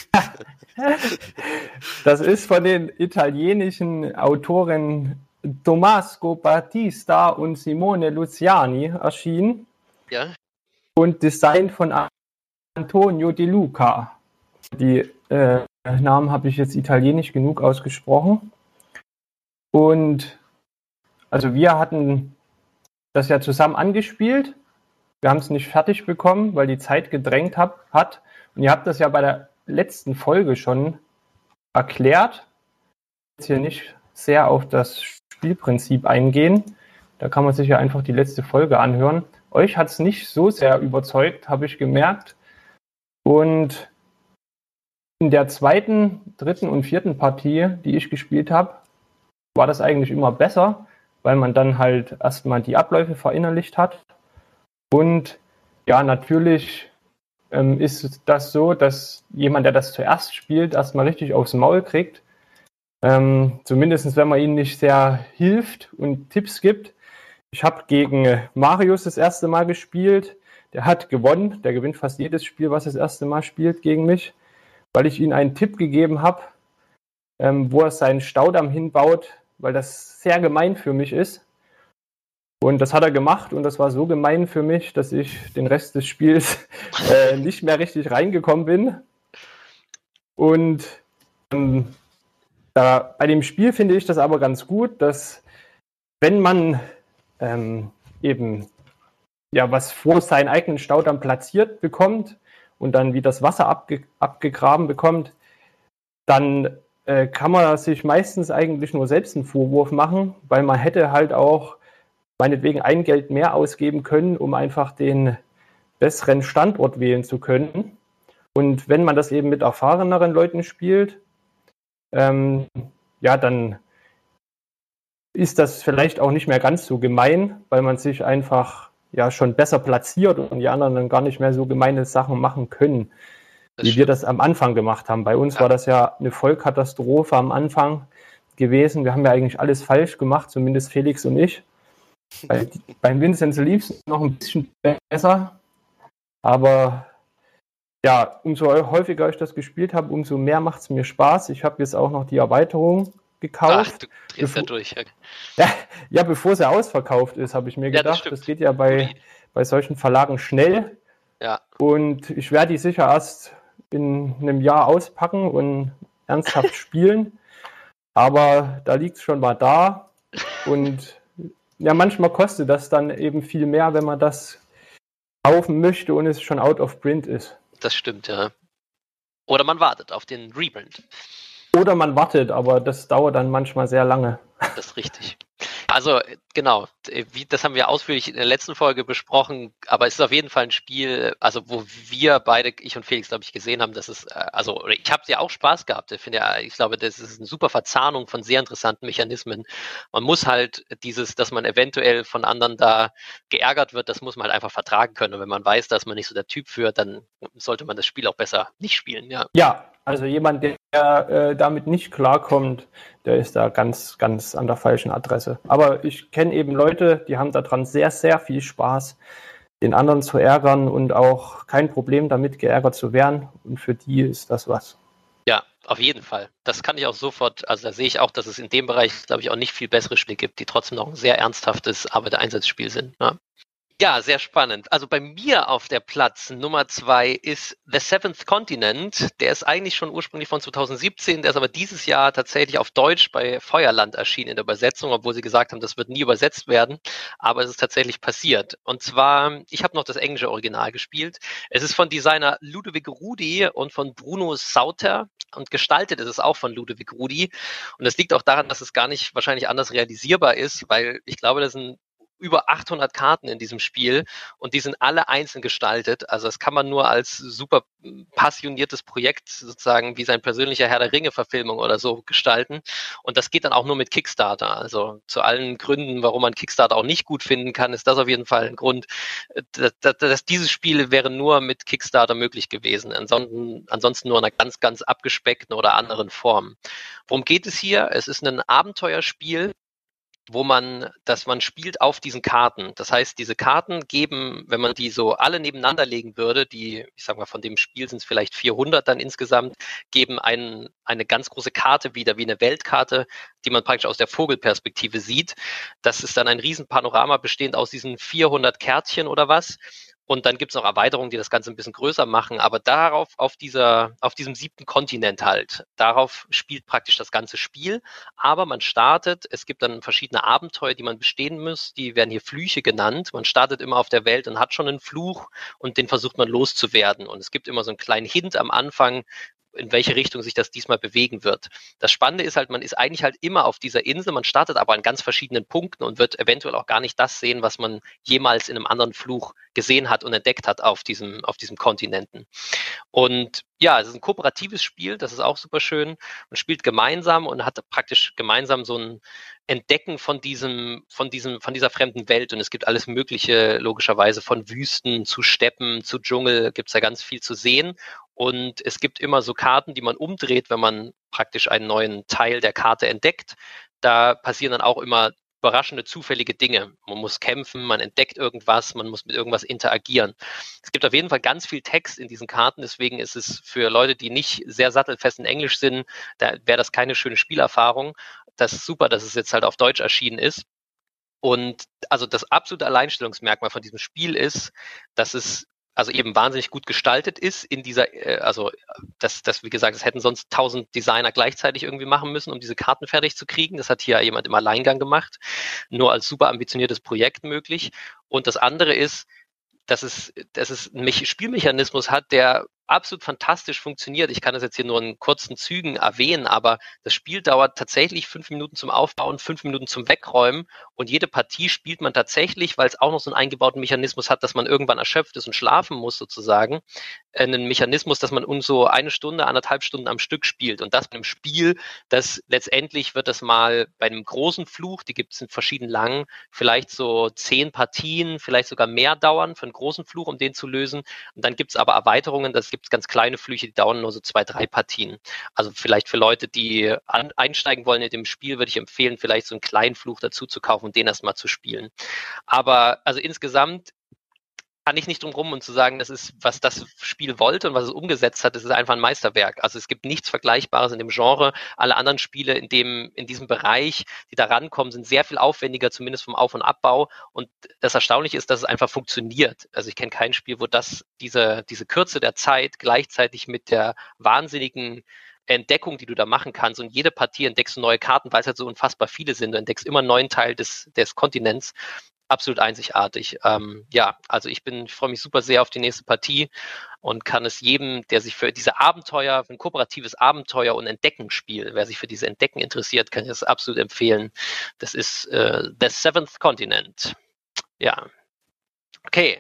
Das ist von den italienischen Autoren Tommaso Battista und Simone Luciani erschienen. Ja. Und Design von Antonio De Luca. Die Namen habe ich jetzt italienisch genug ausgesprochen. Und also wir hatten das ja zusammen angespielt. Wir haben es nicht fertig bekommen, weil die Zeit gedrängt hat. Und ihr habt das ja bei der letzten Folge schon erklärt. Jetzt hier nicht sehr auf das Spielprinzip eingehen. Da kann man sich ja einfach die letzte Folge anhören. Euch hat es nicht so sehr überzeugt, habe ich gemerkt. Und in der zweiten, dritten und vierten Partie, die ich gespielt habe, war das eigentlich immer besser, weil man dann halt erstmal die Abläufe verinnerlicht hat. Und ja, natürlich ist das so, dass jemand, der das zuerst spielt, erstmal richtig aufs Maul kriegt. Zumindest wenn man ihnen nicht sehr hilft und Tipps gibt. Ich habe gegen Marius das erste Mal gespielt. Der hat gewonnen. Der gewinnt fast jedes Spiel, was er das erste Mal spielt gegen mich, weil ich ihm einen Tipp gegeben habe, wo er seinen Staudamm hinbaut, weil das sehr gemein für mich ist. Und das hat er gemacht und das war so gemein für mich, dass ich den Rest des Spiels nicht mehr richtig reingekommen bin. Und bei dem Spiel finde ich das aber ganz gut, dass wenn man eben ja was vor seinen eigenen Staudamm platziert bekommt und dann wie das Wasser abgegraben bekommt, dann kann man sich meistens eigentlich nur selbst einen Vorwurf machen, weil man hätte halt auch meinetwegen ein Geld mehr ausgeben können, um einfach den besseren Standort wählen zu können. Und wenn man das eben mit erfahreneren Leuten spielt, ja, dann ist das vielleicht auch nicht mehr ganz so gemein, weil man sich einfach ja schon besser platziert und die anderen dann gar nicht mehr so gemeine Sachen machen können, wie wir das am Anfang gemacht haben. Bei uns war das ja eine Vollkatastrophe am Anfang gewesen. Wir haben ja eigentlich alles falsch gemacht, zumindest Felix und ich. Beim Vincenzo lief es noch ein bisschen besser, aber ja, umso häufiger ich das gespielt habe, umso mehr macht es mir Spaß. Ich habe jetzt auch noch die Erweiterung gekauft. Ach, du drehst ja durch. Ja, bevor sie ausverkauft ist, habe ich mir gedacht. Das geht ja bei solchen Verlagen schnell. Ja. Und ich werde die sicher erst in einem Jahr auspacken und ernsthaft spielen. Aber da liegt es schon mal da. Und ja, manchmal kostet das dann eben viel mehr, wenn man das kaufen möchte und es schon out of print ist. Das stimmt, ja. Oder man wartet auf den Reprint. Oder man wartet, aber das dauert dann manchmal sehr lange. Das ist richtig. Also genau, das haben wir ausführlich in der letzten Folge besprochen, aber es ist auf jeden Fall ein Spiel, also wo wir beide, ich und Felix, glaube ich, gesehen haben, dass es, also ich habe ja auch Spaß gehabt. Ich glaube, das ist eine super Verzahnung von sehr interessanten Mechanismen. Man muss halt dass man eventuell von anderen da geärgert wird, das muss man halt einfach vertragen können. Und wenn man weiß, dass man nicht so der Typ für, dann sollte man das Spiel auch besser nicht spielen, ja. Ja, also jemand, der damit nicht klarkommt, der ist da ganz, ganz an der falschen Adresse. Aber ich kenne eben Leute, die haben daran sehr, sehr viel Spaß, den anderen zu ärgern und auch kein Problem damit, geärgert zu werden. Und für die ist das was. Ja, auf jeden Fall. Das kann ich auch sofort, also da sehe ich auch, dass es in dem Bereich, glaube ich, auch nicht viel bessere Spiele gibt, die trotzdem noch ein sehr ernsthaftes Arbeitereinsatzspiel sind. Ja. Ja, sehr spannend. Also bei mir auf der Platz Nummer 2 ist The Seventh Continent. Der ist eigentlich schon ursprünglich von 2017, der ist aber dieses Jahr tatsächlich auf Deutsch bei Feuerland erschienen in der Übersetzung, obwohl sie gesagt haben, das wird nie übersetzt werden. Aber es ist tatsächlich passiert. Und zwar, ich habe noch das englische Original gespielt. Es ist von Designer Ludovic Roudy und von Bruno Sauter. Und gestaltet ist es auch von Ludovic Roudy. Und das liegt auch daran, dass es gar nicht wahrscheinlich anders realisierbar ist, weil ich glaube, das sind über 800 Karten in diesem Spiel und die sind alle einzeln gestaltet. Also das kann man nur als super passioniertes Projekt sozusagen wie sein persönlicher Herr der Ringe-Verfilmung oder so gestalten. Und das geht dann auch nur mit Kickstarter. Also zu allen Gründen, warum man Kickstarter auch nicht gut finden kann, ist das auf jeden Fall ein Grund, dass dieses Spiel wäre nur mit Kickstarter möglich gewesen. Ansonsten nur in einer ganz, ganz abgespeckten oder anderen Form. Worum geht es hier? Es ist ein Abenteuerspiel, dass man spielt auf diesen Karten. Das heißt, diese Karten geben, wenn man die so alle nebeneinander legen würde, ich sag mal, von dem Spiel sind es vielleicht 400 dann insgesamt, geben eine ganz große Karte wieder, wie eine Weltkarte, die man praktisch aus der Vogelperspektive sieht. Das ist dann ein Riesenpanorama bestehend aus diesen 400 Kärtchen oder was. Und dann gibt es noch Erweiterungen, die das Ganze ein bisschen größer machen, aber auf diesem 7. Kontinent halt, darauf spielt praktisch das ganze Spiel. Aber man startet, es gibt dann verschiedene Abenteuer, die man bestehen muss, die werden hier Flüche genannt. Man startet immer auf der Welt und hat schon einen Fluch und den versucht man loszuwerden. Und es gibt immer so einen kleinen Hint am Anfang, in welche Richtung sich das diesmal bewegen wird. Das Spannende ist halt, man ist eigentlich halt immer auf dieser Insel, man startet aber an ganz verschiedenen Punkten und wird eventuell auch gar nicht das sehen, was man jemals in einem anderen Fluch gesehen hat und entdeckt hat auf diesem Kontinenten. Und ja, es ist ein kooperatives Spiel, das ist auch super schön. Man spielt gemeinsam und hat praktisch gemeinsam so ein Entdecken von dieser fremden Welt. Und es gibt alles Mögliche, logischerweise von Wüsten zu Steppen, zu Dschungel, gibt es da ganz viel zu sehen. Und es gibt immer so Karten, die man umdreht, wenn man praktisch einen neuen Teil der Karte entdeckt. Da passieren dann auch immer überraschende, zufällige Dinge. Man muss kämpfen, man entdeckt irgendwas, man muss mit irgendwas interagieren. Es gibt auf jeden Fall ganz viel Text in diesen Karten, deswegen ist es für Leute, die nicht sehr sattelfest in Englisch sind, da wäre das keine schöne Spielerfahrung. Das ist super, dass es jetzt halt auf Deutsch erschienen ist. Und also das absolute Alleinstellungsmerkmal von diesem Spiel ist, dass es also eben wahnsinnig gut gestaltet ist in dieser, also das, wie gesagt, das hätten sonst 1000 Designer gleichzeitig irgendwie machen müssen, um diese Karten fertig zu kriegen. Das hat hier jemand im Alleingang gemacht, nur als super ambitioniertes Projekt möglich. Und das andere ist, dass es einen Spielmechanismus hat, der absolut fantastisch funktioniert. Ich kann das jetzt hier nur in kurzen Zügen erwähnen, aber das Spiel dauert tatsächlich 5 Minuten zum Aufbauen, 5 Minuten zum Wegräumen und jede Partie spielt man tatsächlich, weil es auch noch so einen eingebauten Mechanismus hat, dass man irgendwann erschöpft ist und schlafen muss sozusagen, einen Mechanismus, dass man so 1 Stunde, 1,5 Stunden am Stück spielt und das mit einem Spiel, das letztendlich wird das mal bei einem großen Fluch, die gibt es in verschiedenen langen, vielleicht so 10 Partien, vielleicht sogar mehr dauern für einen großen Fluch, um den zu lösen und dann gibt es aber Erweiterungen, das gibt es ganz kleine Flüche, die dauern nur so 2, 3 Partien. Also vielleicht für Leute, die einsteigen wollen in dem Spiel, würde ich empfehlen, vielleicht so einen kleinen Fluch dazu zu kaufen und den erstmal zu spielen. Aber also insgesamt kann ich nicht drum rum und zu sagen, das ist, was das Spiel wollte und was es umgesetzt hat, das ist einfach ein Meisterwerk. Also es gibt nichts Vergleichbares in dem Genre. Alle anderen Spiele in diesem Bereich, die da rankommen, sind sehr viel aufwendiger, zumindest vom Auf- und Abbau. Und das Erstaunliche ist, dass es einfach funktioniert. Also ich kenne kein Spiel, wo diese Kürze der Zeit gleichzeitig mit der wahnsinnigen Entdeckung, die du da machen kannst. Und jede Partie entdeckst du neue Karten, weil es halt so unfassbar viele sind. Du entdeckst immer einen neuen Teil des Kontinents. Absolut einzigartig. Ja, also ich freue mich super sehr auf die nächste Partie und kann es jedem, der sich für diese Abenteuer, für ein kooperatives Abenteuer und Entdeckenspiel, wer sich für diese Entdecken interessiert, kann ich das absolut empfehlen. Das ist The Seventh Continent. Ja. Okay.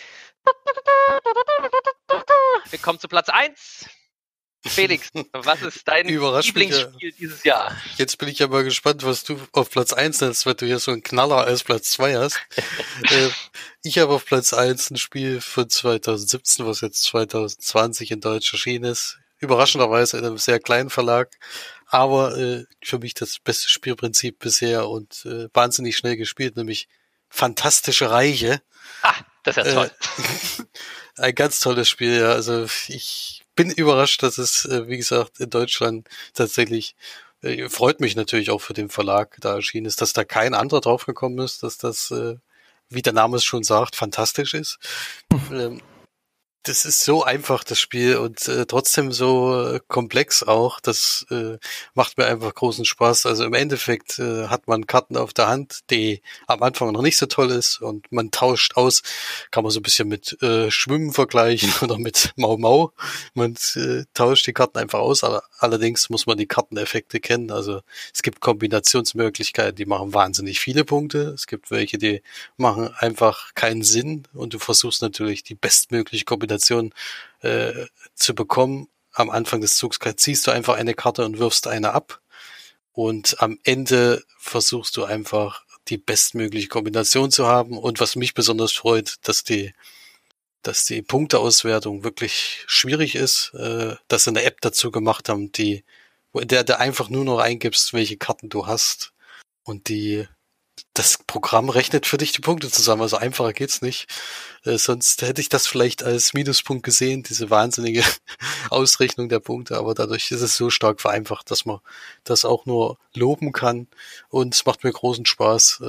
Wir kommen zu Platz 1. Felix, was ist dein Lieblingsspiel dieses Jahr? Jetzt bin ich ja mal gespannt, was du auf Platz 1 nennst, weil du hier so einen Knaller als Platz 2 hast. Ich habe auf Platz 1 ein Spiel von 2017, was jetzt 2020 in Deutsch erschienen ist. Überraschenderweise in einem sehr kleinen Verlag, aber für mich das beste Spielprinzip bisher und wahnsinnig schnell gespielt, nämlich Fantastische Reiche. Ah, das ist ja toll. Ein ganz tolles Spiel, ja. Also ich bin überrascht, dass es, wie gesagt, in Deutschland tatsächlich, freut mich natürlich auch für den Verlag, da erschienen ist, dass da kein anderer draufgekommen ist, dass das wie der Name es schon sagt, fantastisch ist. Das ist so einfach, das Spiel, und trotzdem so komplex auch. Das macht mir einfach großen Spaß. Also im Endeffekt hat man Karten auf der Hand, die am Anfang noch nicht so toll ist, und man tauscht aus, kann man so ein bisschen mit Schwimmen vergleichen oder mit Mau Mau. Man tauscht die Karten einfach aus, aber allerdings muss man die Karteneffekte kennen. Also es gibt Kombinationsmöglichkeiten, die machen wahnsinnig viele Punkte. Es gibt welche, die machen einfach keinen Sinn, und du versuchst natürlich die bestmögliche Kombination zu bekommen. Am Anfang des Zugs ziehst du einfach eine Karte und wirfst eine ab, und am Ende versuchst du einfach die bestmögliche Kombination zu haben. Und was mich besonders freut, dass die Punkteauswertung wirklich schwierig ist, dass sie eine App dazu gemacht haben, in der du einfach nur noch eingibst, welche Karten du hast, und das Programm rechnet für dich die Punkte zusammen. Also einfacher geht's nicht. Sonst hätte ich das vielleicht als Minuspunkt gesehen, diese wahnsinnige Ausrechnung der Punkte. Aber dadurch ist es so stark vereinfacht, dass man das auch nur loben kann. Und es macht mir großen Spaß.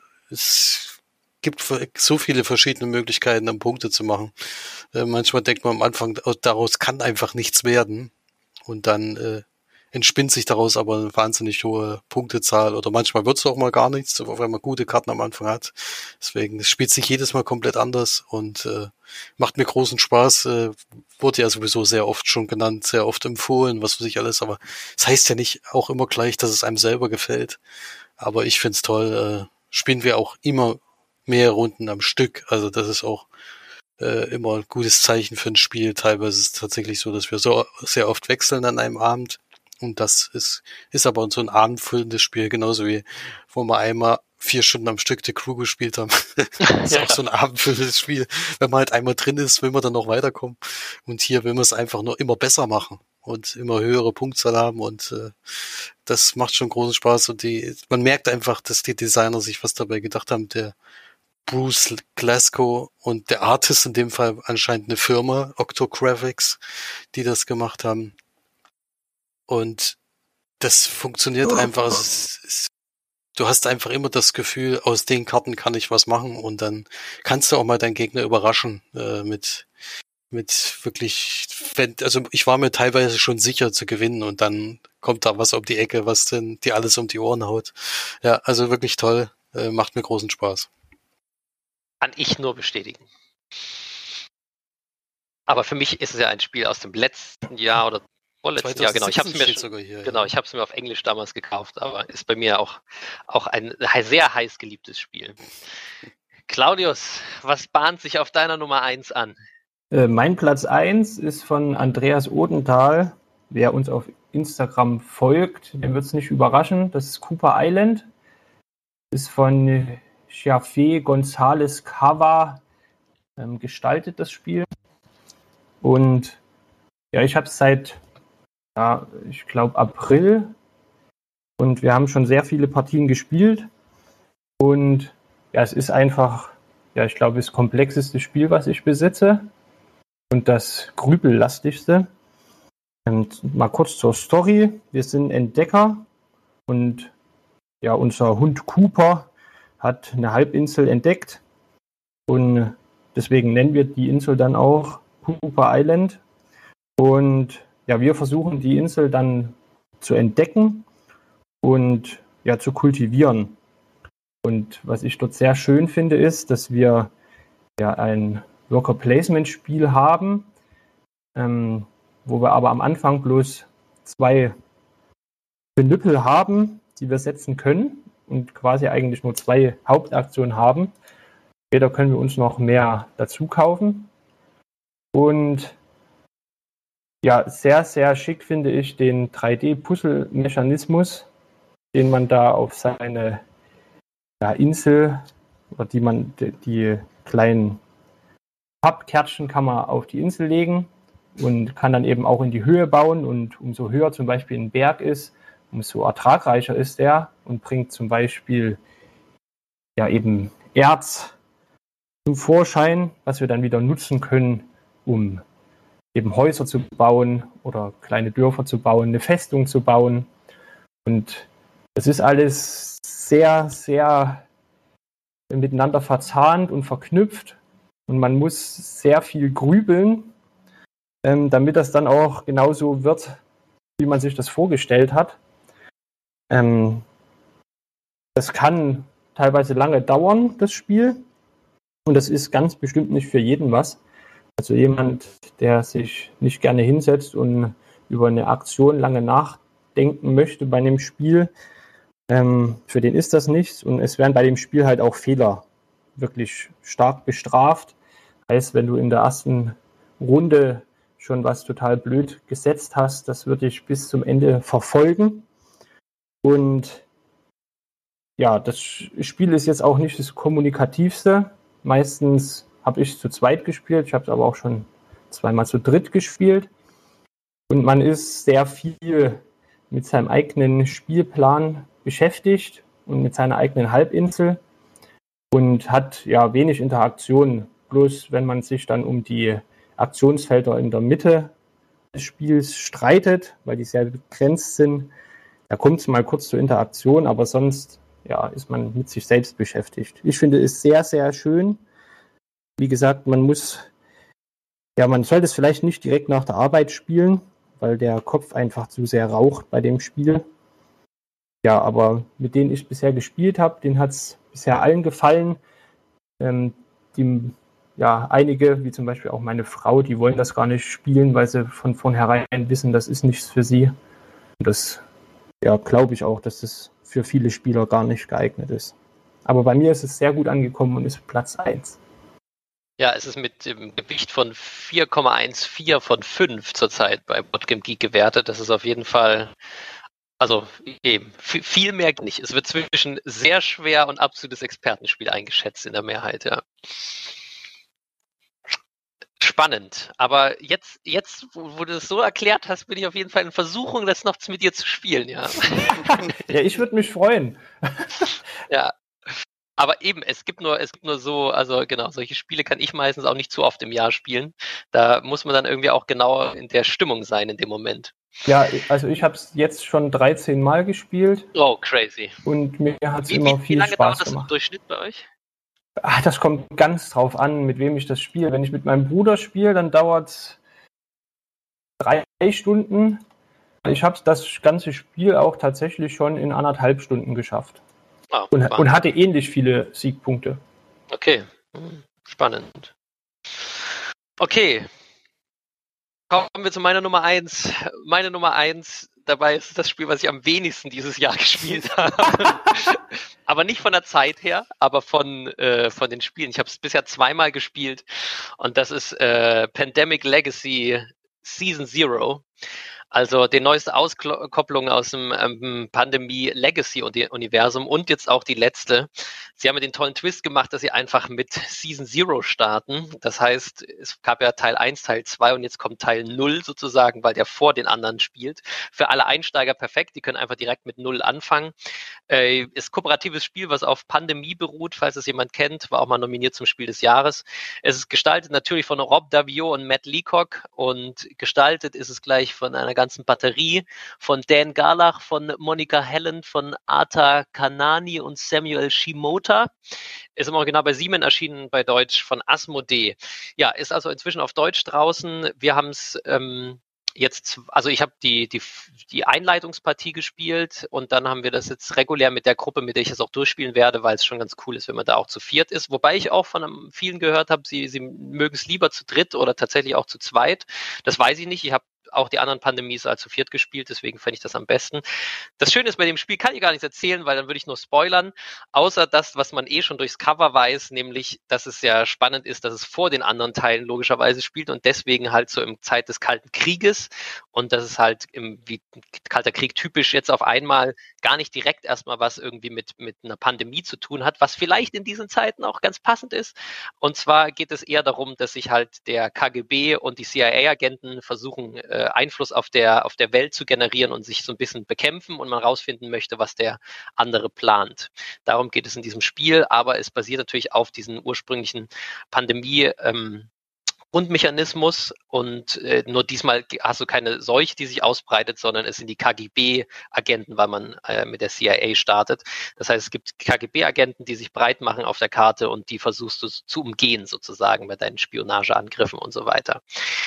Es gibt so viele verschiedene Möglichkeiten, um Punkte zu machen. Manchmal denkt man am Anfang, daraus kann einfach nichts werden. Und dann entspinnt sich daraus aber eine wahnsinnig hohe Punktezahl, oder manchmal wird es auch mal gar nichts, wenn man gute Karten am Anfang hat. Deswegen, es spielt sich jedes Mal komplett anders und macht mir großen Spaß. Wurde ja sowieso sehr oft schon genannt, sehr oft empfohlen, was weiß ich alles, aber es heißt ja nicht auch immer gleich, dass es einem selber gefällt. Aber ich find's toll. Spielen wir auch immer mehr Runden am Stück. Also das ist auch immer ein gutes Zeichen für ein Spiel. Teilweise ist es tatsächlich so, dass wir so sehr oft wechseln an einem Abend. Und das ist aber so ein abendfüllendes Spiel, genauso wie, wo wir einmal 4 Stunden am Stück The Crew gespielt haben. Das ist auch so ein abendfüllendes Spiel. Wenn man halt einmal drin ist, will man dann noch weiterkommen. Und hier will man es einfach nur immer besser machen und immer höhere Punktzahl haben, und das macht schon großen Spaß. Und man merkt einfach, dass die Designer sich was dabei gedacht haben. Der Bruce Glasgow und der Artist, in dem Fall anscheinend eine Firma, Octographics, die das gemacht haben. Und das funktioniert einfach. Du hast einfach immer das Gefühl, aus den Karten kann ich was machen, und dann kannst du auch mal deinen Gegner überraschen mit wirklich, also ich war mir teilweise schon sicher zu gewinnen, und dann kommt da was um die Ecke, was denn die alles um die Ohren haut. Ja, also wirklich toll, macht mir großen Spaß. Kann ich nur bestätigen. Aber für mich ist es ja ein Spiel aus dem letzten Jahr oder vorletzten Jahr, genau. Ich habe es mir auf Englisch damals gekauft, aber ist bei mir auch ein sehr heiß geliebtes Spiel. Claudius, was bahnt sich auf deiner Nummer 1 an? Mein Platz 1 ist von Andreas Odenthal. Wer uns auf Instagram folgt, den wird es nicht überraschen. Das ist Cooper Island. Ist von Jafé González Cava gestaltet, das Spiel. Und ja, ich habe es seit, ich glaube, April, und wir haben schon sehr viele Partien gespielt. Und ja, es ist einfach, ja, ich glaube, das komplexeste Spiel, was ich besitze, und das grübellastigste. Und mal kurz zur Story. Wir sind Entdecker, und ja, unser Hund Cooper hat eine Halbinsel entdeckt, und deswegen nennen wir die Insel dann auch Cooper Island. Und ja, wir versuchen die Insel dann zu entdecken und ja, zu kultivieren. Und was ich dort sehr schön finde, ist, dass wir ja ein Worker-Placement-Spiel haben, wo wir aber am Anfang bloß 2 Knüppel haben, die wir setzen können, und quasi eigentlich nur 2 Hauptaktionen haben. Später können wir uns noch mehr dazu kaufen. Und ja, sehr, sehr schick finde ich den 3D-Puzzle-Mechanismus, den man da auf seine Insel, oder die kleinen Pappkärtchen kann man auf die Insel legen und kann dann eben auch in die Höhe bauen, und umso höher zum Beispiel ein Berg ist, umso ertragreicher ist er und bringt zum Beispiel ja eben Erz zum Vorschein, was wir dann wieder nutzen können, um eben Häuser zu bauen oder kleine Dörfer zu bauen, eine Festung zu bauen. Und das ist alles sehr, sehr miteinander verzahnt und verknüpft. Und man muss sehr viel grübeln, damit das dann auch genauso wird, wie man sich das vorgestellt hat. Das kann teilweise lange dauern, das Spiel. Und das ist ganz bestimmt nicht für jeden was. Also jemand, der sich nicht gerne hinsetzt und über eine Aktion lange nachdenken möchte bei einem Spiel, für den ist das nichts. Und es werden bei dem Spiel halt auch Fehler wirklich stark bestraft. Heißt, wenn du in der ersten Runde schon was total blöd gesetzt hast, das wird dich bis zum Ende verfolgen. Und ja, das Spiel ist jetzt auch nicht das kommunikativste. Meistens habe ich zu zweit gespielt, ich habe es aber auch schon zweimal zu dritt gespielt. Und man ist sehr viel mit seinem eigenen Spielplan beschäftigt und mit seiner eigenen Halbinsel und hat ja wenig Interaktion. Bloß wenn man sich dann um die Aktionsfelder in der Mitte des Spiels streitet, weil die sehr begrenzt sind, da kommt es mal kurz zur Interaktion, aber sonst ja, ist man mit sich selbst beschäftigt. Ich finde es sehr, sehr schön. Wie gesagt, man sollte es vielleicht nicht direkt nach der Arbeit spielen, weil der Kopf einfach zu sehr raucht bei dem Spiel. Ja, aber mit denen ich bisher gespielt habe, denen hat es bisher allen gefallen. Einige, wie zum Beispiel auch meine Frau, die wollen das gar nicht spielen, weil sie von vornherein wissen, das ist nichts für sie. Und das glaube ich auch, dass das für viele Spieler gar nicht geeignet ist. Aber bei mir ist es sehr gut angekommen und ist Platz 1. Ja, es ist mit dem Gewicht von 4,14 von 5 zurzeit bei Boardgame Geek gewertet. Das ist auf jeden Fall, also eben, viel mehr nicht. Es wird zwischen sehr schwer und absolutes Expertenspiel eingeschätzt in der Mehrheit, ja. Spannend. Aber jetzt, wo du das so erklärt hast, bin ich auf jeden Fall in Versuchung, das noch mit dir zu spielen, ja. Ja, ich würde mich freuen. Ja. Aber eben, es gibt nur so, also genau, solche Spiele kann ich meistens auch nicht zu oft im Jahr spielen. Da muss man dann irgendwie auch genau in der Stimmung sein in dem Moment. Ja, also ich habe es jetzt schon 13 Mal gespielt. Oh, crazy. Und mir hat es immer viel Spaß gemacht. Wie lange dauert das im Durchschnitt bei euch? Das kommt ganz drauf an, mit wem ich das spiele. Wenn ich mit meinem Bruder spiele, dann dauert es 3 Stunden. Ich habe das ganze Spiel auch tatsächlich schon in 1,5 Stunden geschafft. Und hatte ähnlich viele Siegpunkte. Okay, spannend. Okay, kommen wir zu meiner Nummer 1. Meine Nummer 1, dabei ist das Spiel, was ich am wenigsten dieses Jahr gespielt habe. Aber nicht von der Zeit her, aber von den Spielen. Ich habe es bisher 2-mal gespielt und das ist Pandemic Legacy Season 0. Also die neueste Auskopplung aus dem Pandemie-Legacy-Universum und jetzt auch die letzte. Sie haben ja den tollen Twist gemacht, dass sie einfach mit Season 0 starten. Das heißt, es gab ja Teil 1, Teil 2 und jetzt kommt Teil 0 sozusagen, weil der vor den anderen spielt. Für alle Einsteiger perfekt, die können einfach direkt mit 0 anfangen. Ist kooperatives Spiel, was auf Pandemie beruht, falls es jemand kennt, war auch mal nominiert zum Spiel des Jahres. Es ist gestaltet natürlich von Rob Daviau und Matt Leacock und gestaltet ist es gleich von einer ganzen Batterie von Dan Garlach, von Monica Helen, von Arta Kanani und Samuel Shimota. Ist im Original bei Siemens erschienen, bei Deutsch von Asmodee. Ja, ist also inzwischen auf Deutsch draußen. Wir haben es jetzt, also ich habe die Einleitungspartie gespielt und dann haben wir das jetzt regulär mit der Gruppe, mit der ich es auch durchspielen werde, weil es schon ganz cool ist, wenn man da auch zu viert ist. Wobei ich auch von vielen gehört habe, sie mögen es lieber zu dritt oder tatsächlich auch zu zweit. Das weiß ich nicht. Ich habe auch die anderen Pandemies als zu viert gespielt, deswegen fände ich das am besten. Das Schöne ist, bei dem Spiel kann ich gar nichts erzählen, weil dann würde ich nur spoilern, außer das, was man schon durchs Cover weiß, nämlich, dass es ja spannend ist, dass es vor den anderen Teilen logischerweise spielt und deswegen halt so im Zeit des Kalten Krieges und dass es halt wie Kalter Krieg typisch jetzt auf einmal gar nicht direkt erstmal was irgendwie mit einer Pandemie zu tun hat, was vielleicht in diesen Zeiten auch ganz passend ist. Und zwar geht es eher darum, dass sich halt der KGB und die CIA-Agenten versuchen, Einfluss auf der Welt zu generieren und sich so ein bisschen bekämpfen und man rausfinden möchte, was der andere plant. Darum geht es in diesem Spiel, aber es basiert natürlich auf diesen ursprünglichen Pandemie- Grundmechanismus und nur diesmal hast du keine Seuche, die sich ausbreitet, sondern es sind die KGB-Agenten, weil man mit der CIA startet. Das heißt, es gibt KGB-Agenten, die sich breit machen auf der Karte und die versuchst du zu umgehen sozusagen bei deinen Spionageangriffen und so weiter.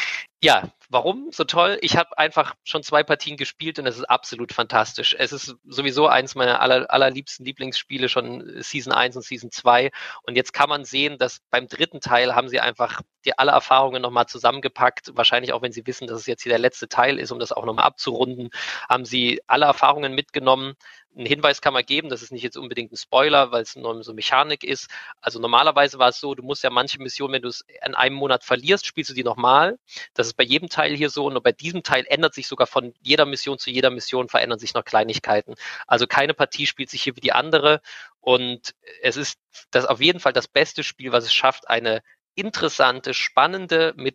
Ja, warum so toll? Ich habe einfach schon 2 Partien gespielt und es ist absolut fantastisch. Es ist sowieso eins meiner allerliebsten Lieblingsspiele, schon Season 1 und Season 2. Und jetzt kann man sehen, dass beim 3. Teil haben sie einfach alle Erfahrungen nochmal zusammengepackt. Wahrscheinlich auch, wenn sie wissen, dass es jetzt hier der letzte Teil ist, um das auch nochmal abzurunden, haben sie alle Erfahrungen mitgenommen. Einen Hinweis kann man geben, das ist nicht jetzt unbedingt ein Spoiler, weil es nur so Mechanik ist. Also normalerweise war es so, du musst ja manche Missionen, wenn du es in einem Monat verlierst, spielst du die nochmal. Das ist bei jedem Teil hier so. Und bei diesem Teil ändert sich sogar von jeder Mission zu jeder Mission, verändern sich noch Kleinigkeiten. Also keine Partie spielt sich hier wie die andere. Und es ist das auf jeden Fall das beste Spiel, was es schafft, eine interessante, spannende, mit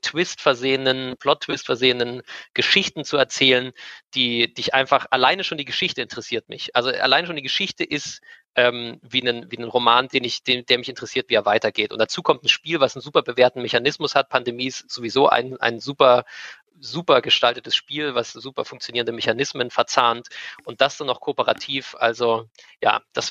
Plot-Twist versehenen Geschichten zu erzählen, die dich einfach, alleine schon die Geschichte interessiert mich. Also alleine schon die Geschichte ist wie ein Roman, der mich interessiert, wie er weitergeht. Und dazu kommt ein Spiel, was einen super bewährten Mechanismus hat. Pandemie ist sowieso ein super gestaltetes Spiel, was super funktionierende Mechanismen verzahnt und das dann noch kooperativ. Also ja, das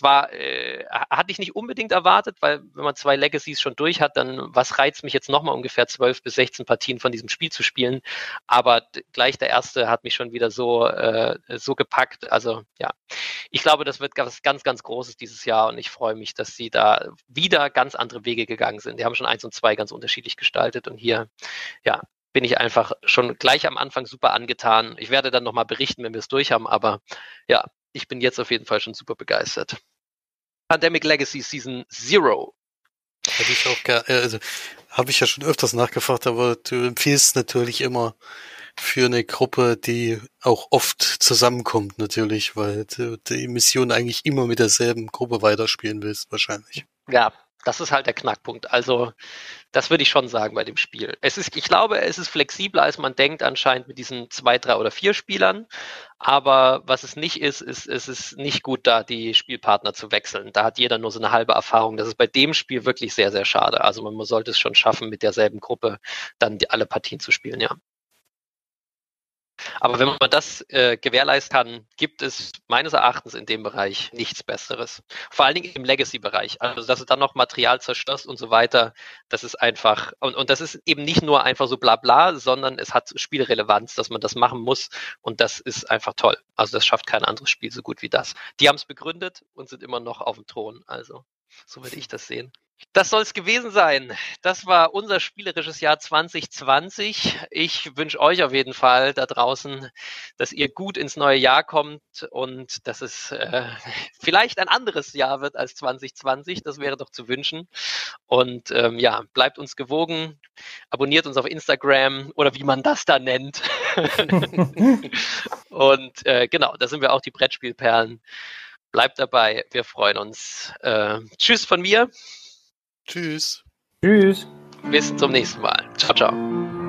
hatte ich nicht unbedingt erwartet, weil wenn man 2 Legacies schon durch hat, dann was reizt mich jetzt nochmal ungefähr 12 bis 16 Partien von diesem Spiel zu spielen. Aber gleich der erste hat mich schon wieder so gepackt. Also ja, ich glaube, das wird was ganz, ganz Großes dieses Jahr und ich freue mich, dass sie da wieder ganz andere Wege gegangen sind. Die haben schon 1 und 2 ganz unterschiedlich gestaltet und hier, ja, bin ich einfach schon gleich am Anfang super angetan. Ich werde dann nochmal berichten, wenn wir es durch haben, aber ja, ich bin jetzt auf jeden Fall schon super begeistert. Pandemic Legacy Season 0. Hätte ich auch also habe ich ja schon öfters nachgefragt, aber du empfiehlst natürlich immer für eine Gruppe, die auch oft zusammenkommt natürlich, weil du die Mission eigentlich immer mit derselben Gruppe weiterspielen willst, wahrscheinlich. Ja, das ist halt der Knackpunkt. Also das würde ich schon sagen bei dem Spiel. Ich glaube, es ist flexibler, als man denkt, anscheinend mit diesen 2, 3 oder 4 Spielern. Aber was es nicht ist, es ist nicht gut, da die Spielpartner zu wechseln. Da hat jeder nur so eine halbe Erfahrung. Das ist bei dem Spiel wirklich sehr, sehr schade. Also man sollte es schon schaffen, mit derselben Gruppe dann alle Partien zu spielen, ja. Aber wenn man das gewährleisten kann, gibt es meines Erachtens in dem Bereich nichts Besseres. Vor allen Dingen im Legacy-Bereich. Also, dass du dann noch Material zerstörst und so weiter, das ist einfach, und das ist eben nicht nur einfach so bla bla, sondern es hat Spielrelevanz, dass man das machen muss und das ist einfach toll. Also, das schafft kein anderes Spiel so gut wie das. Die haben es begründet und sind immer noch auf dem Thron. Also, so würde ich das sehen. Das soll es gewesen sein. Das war unser spielerisches Jahr 2020. Ich wünsche euch auf jeden Fall da draußen, dass ihr gut ins neue Jahr kommt und dass es vielleicht ein anderes Jahr wird als 2020. Das wäre doch zu wünschen. Und ja, bleibt uns gewogen, abonniert uns auf Instagram oder wie man das da nennt. Und genau, da sind wir auch die Brettspielperlen. Bleibt dabei, wir freuen uns. Tschüss von mir. Tschüss. Tschüss. Bis zum nächsten Mal. Ciao, ciao.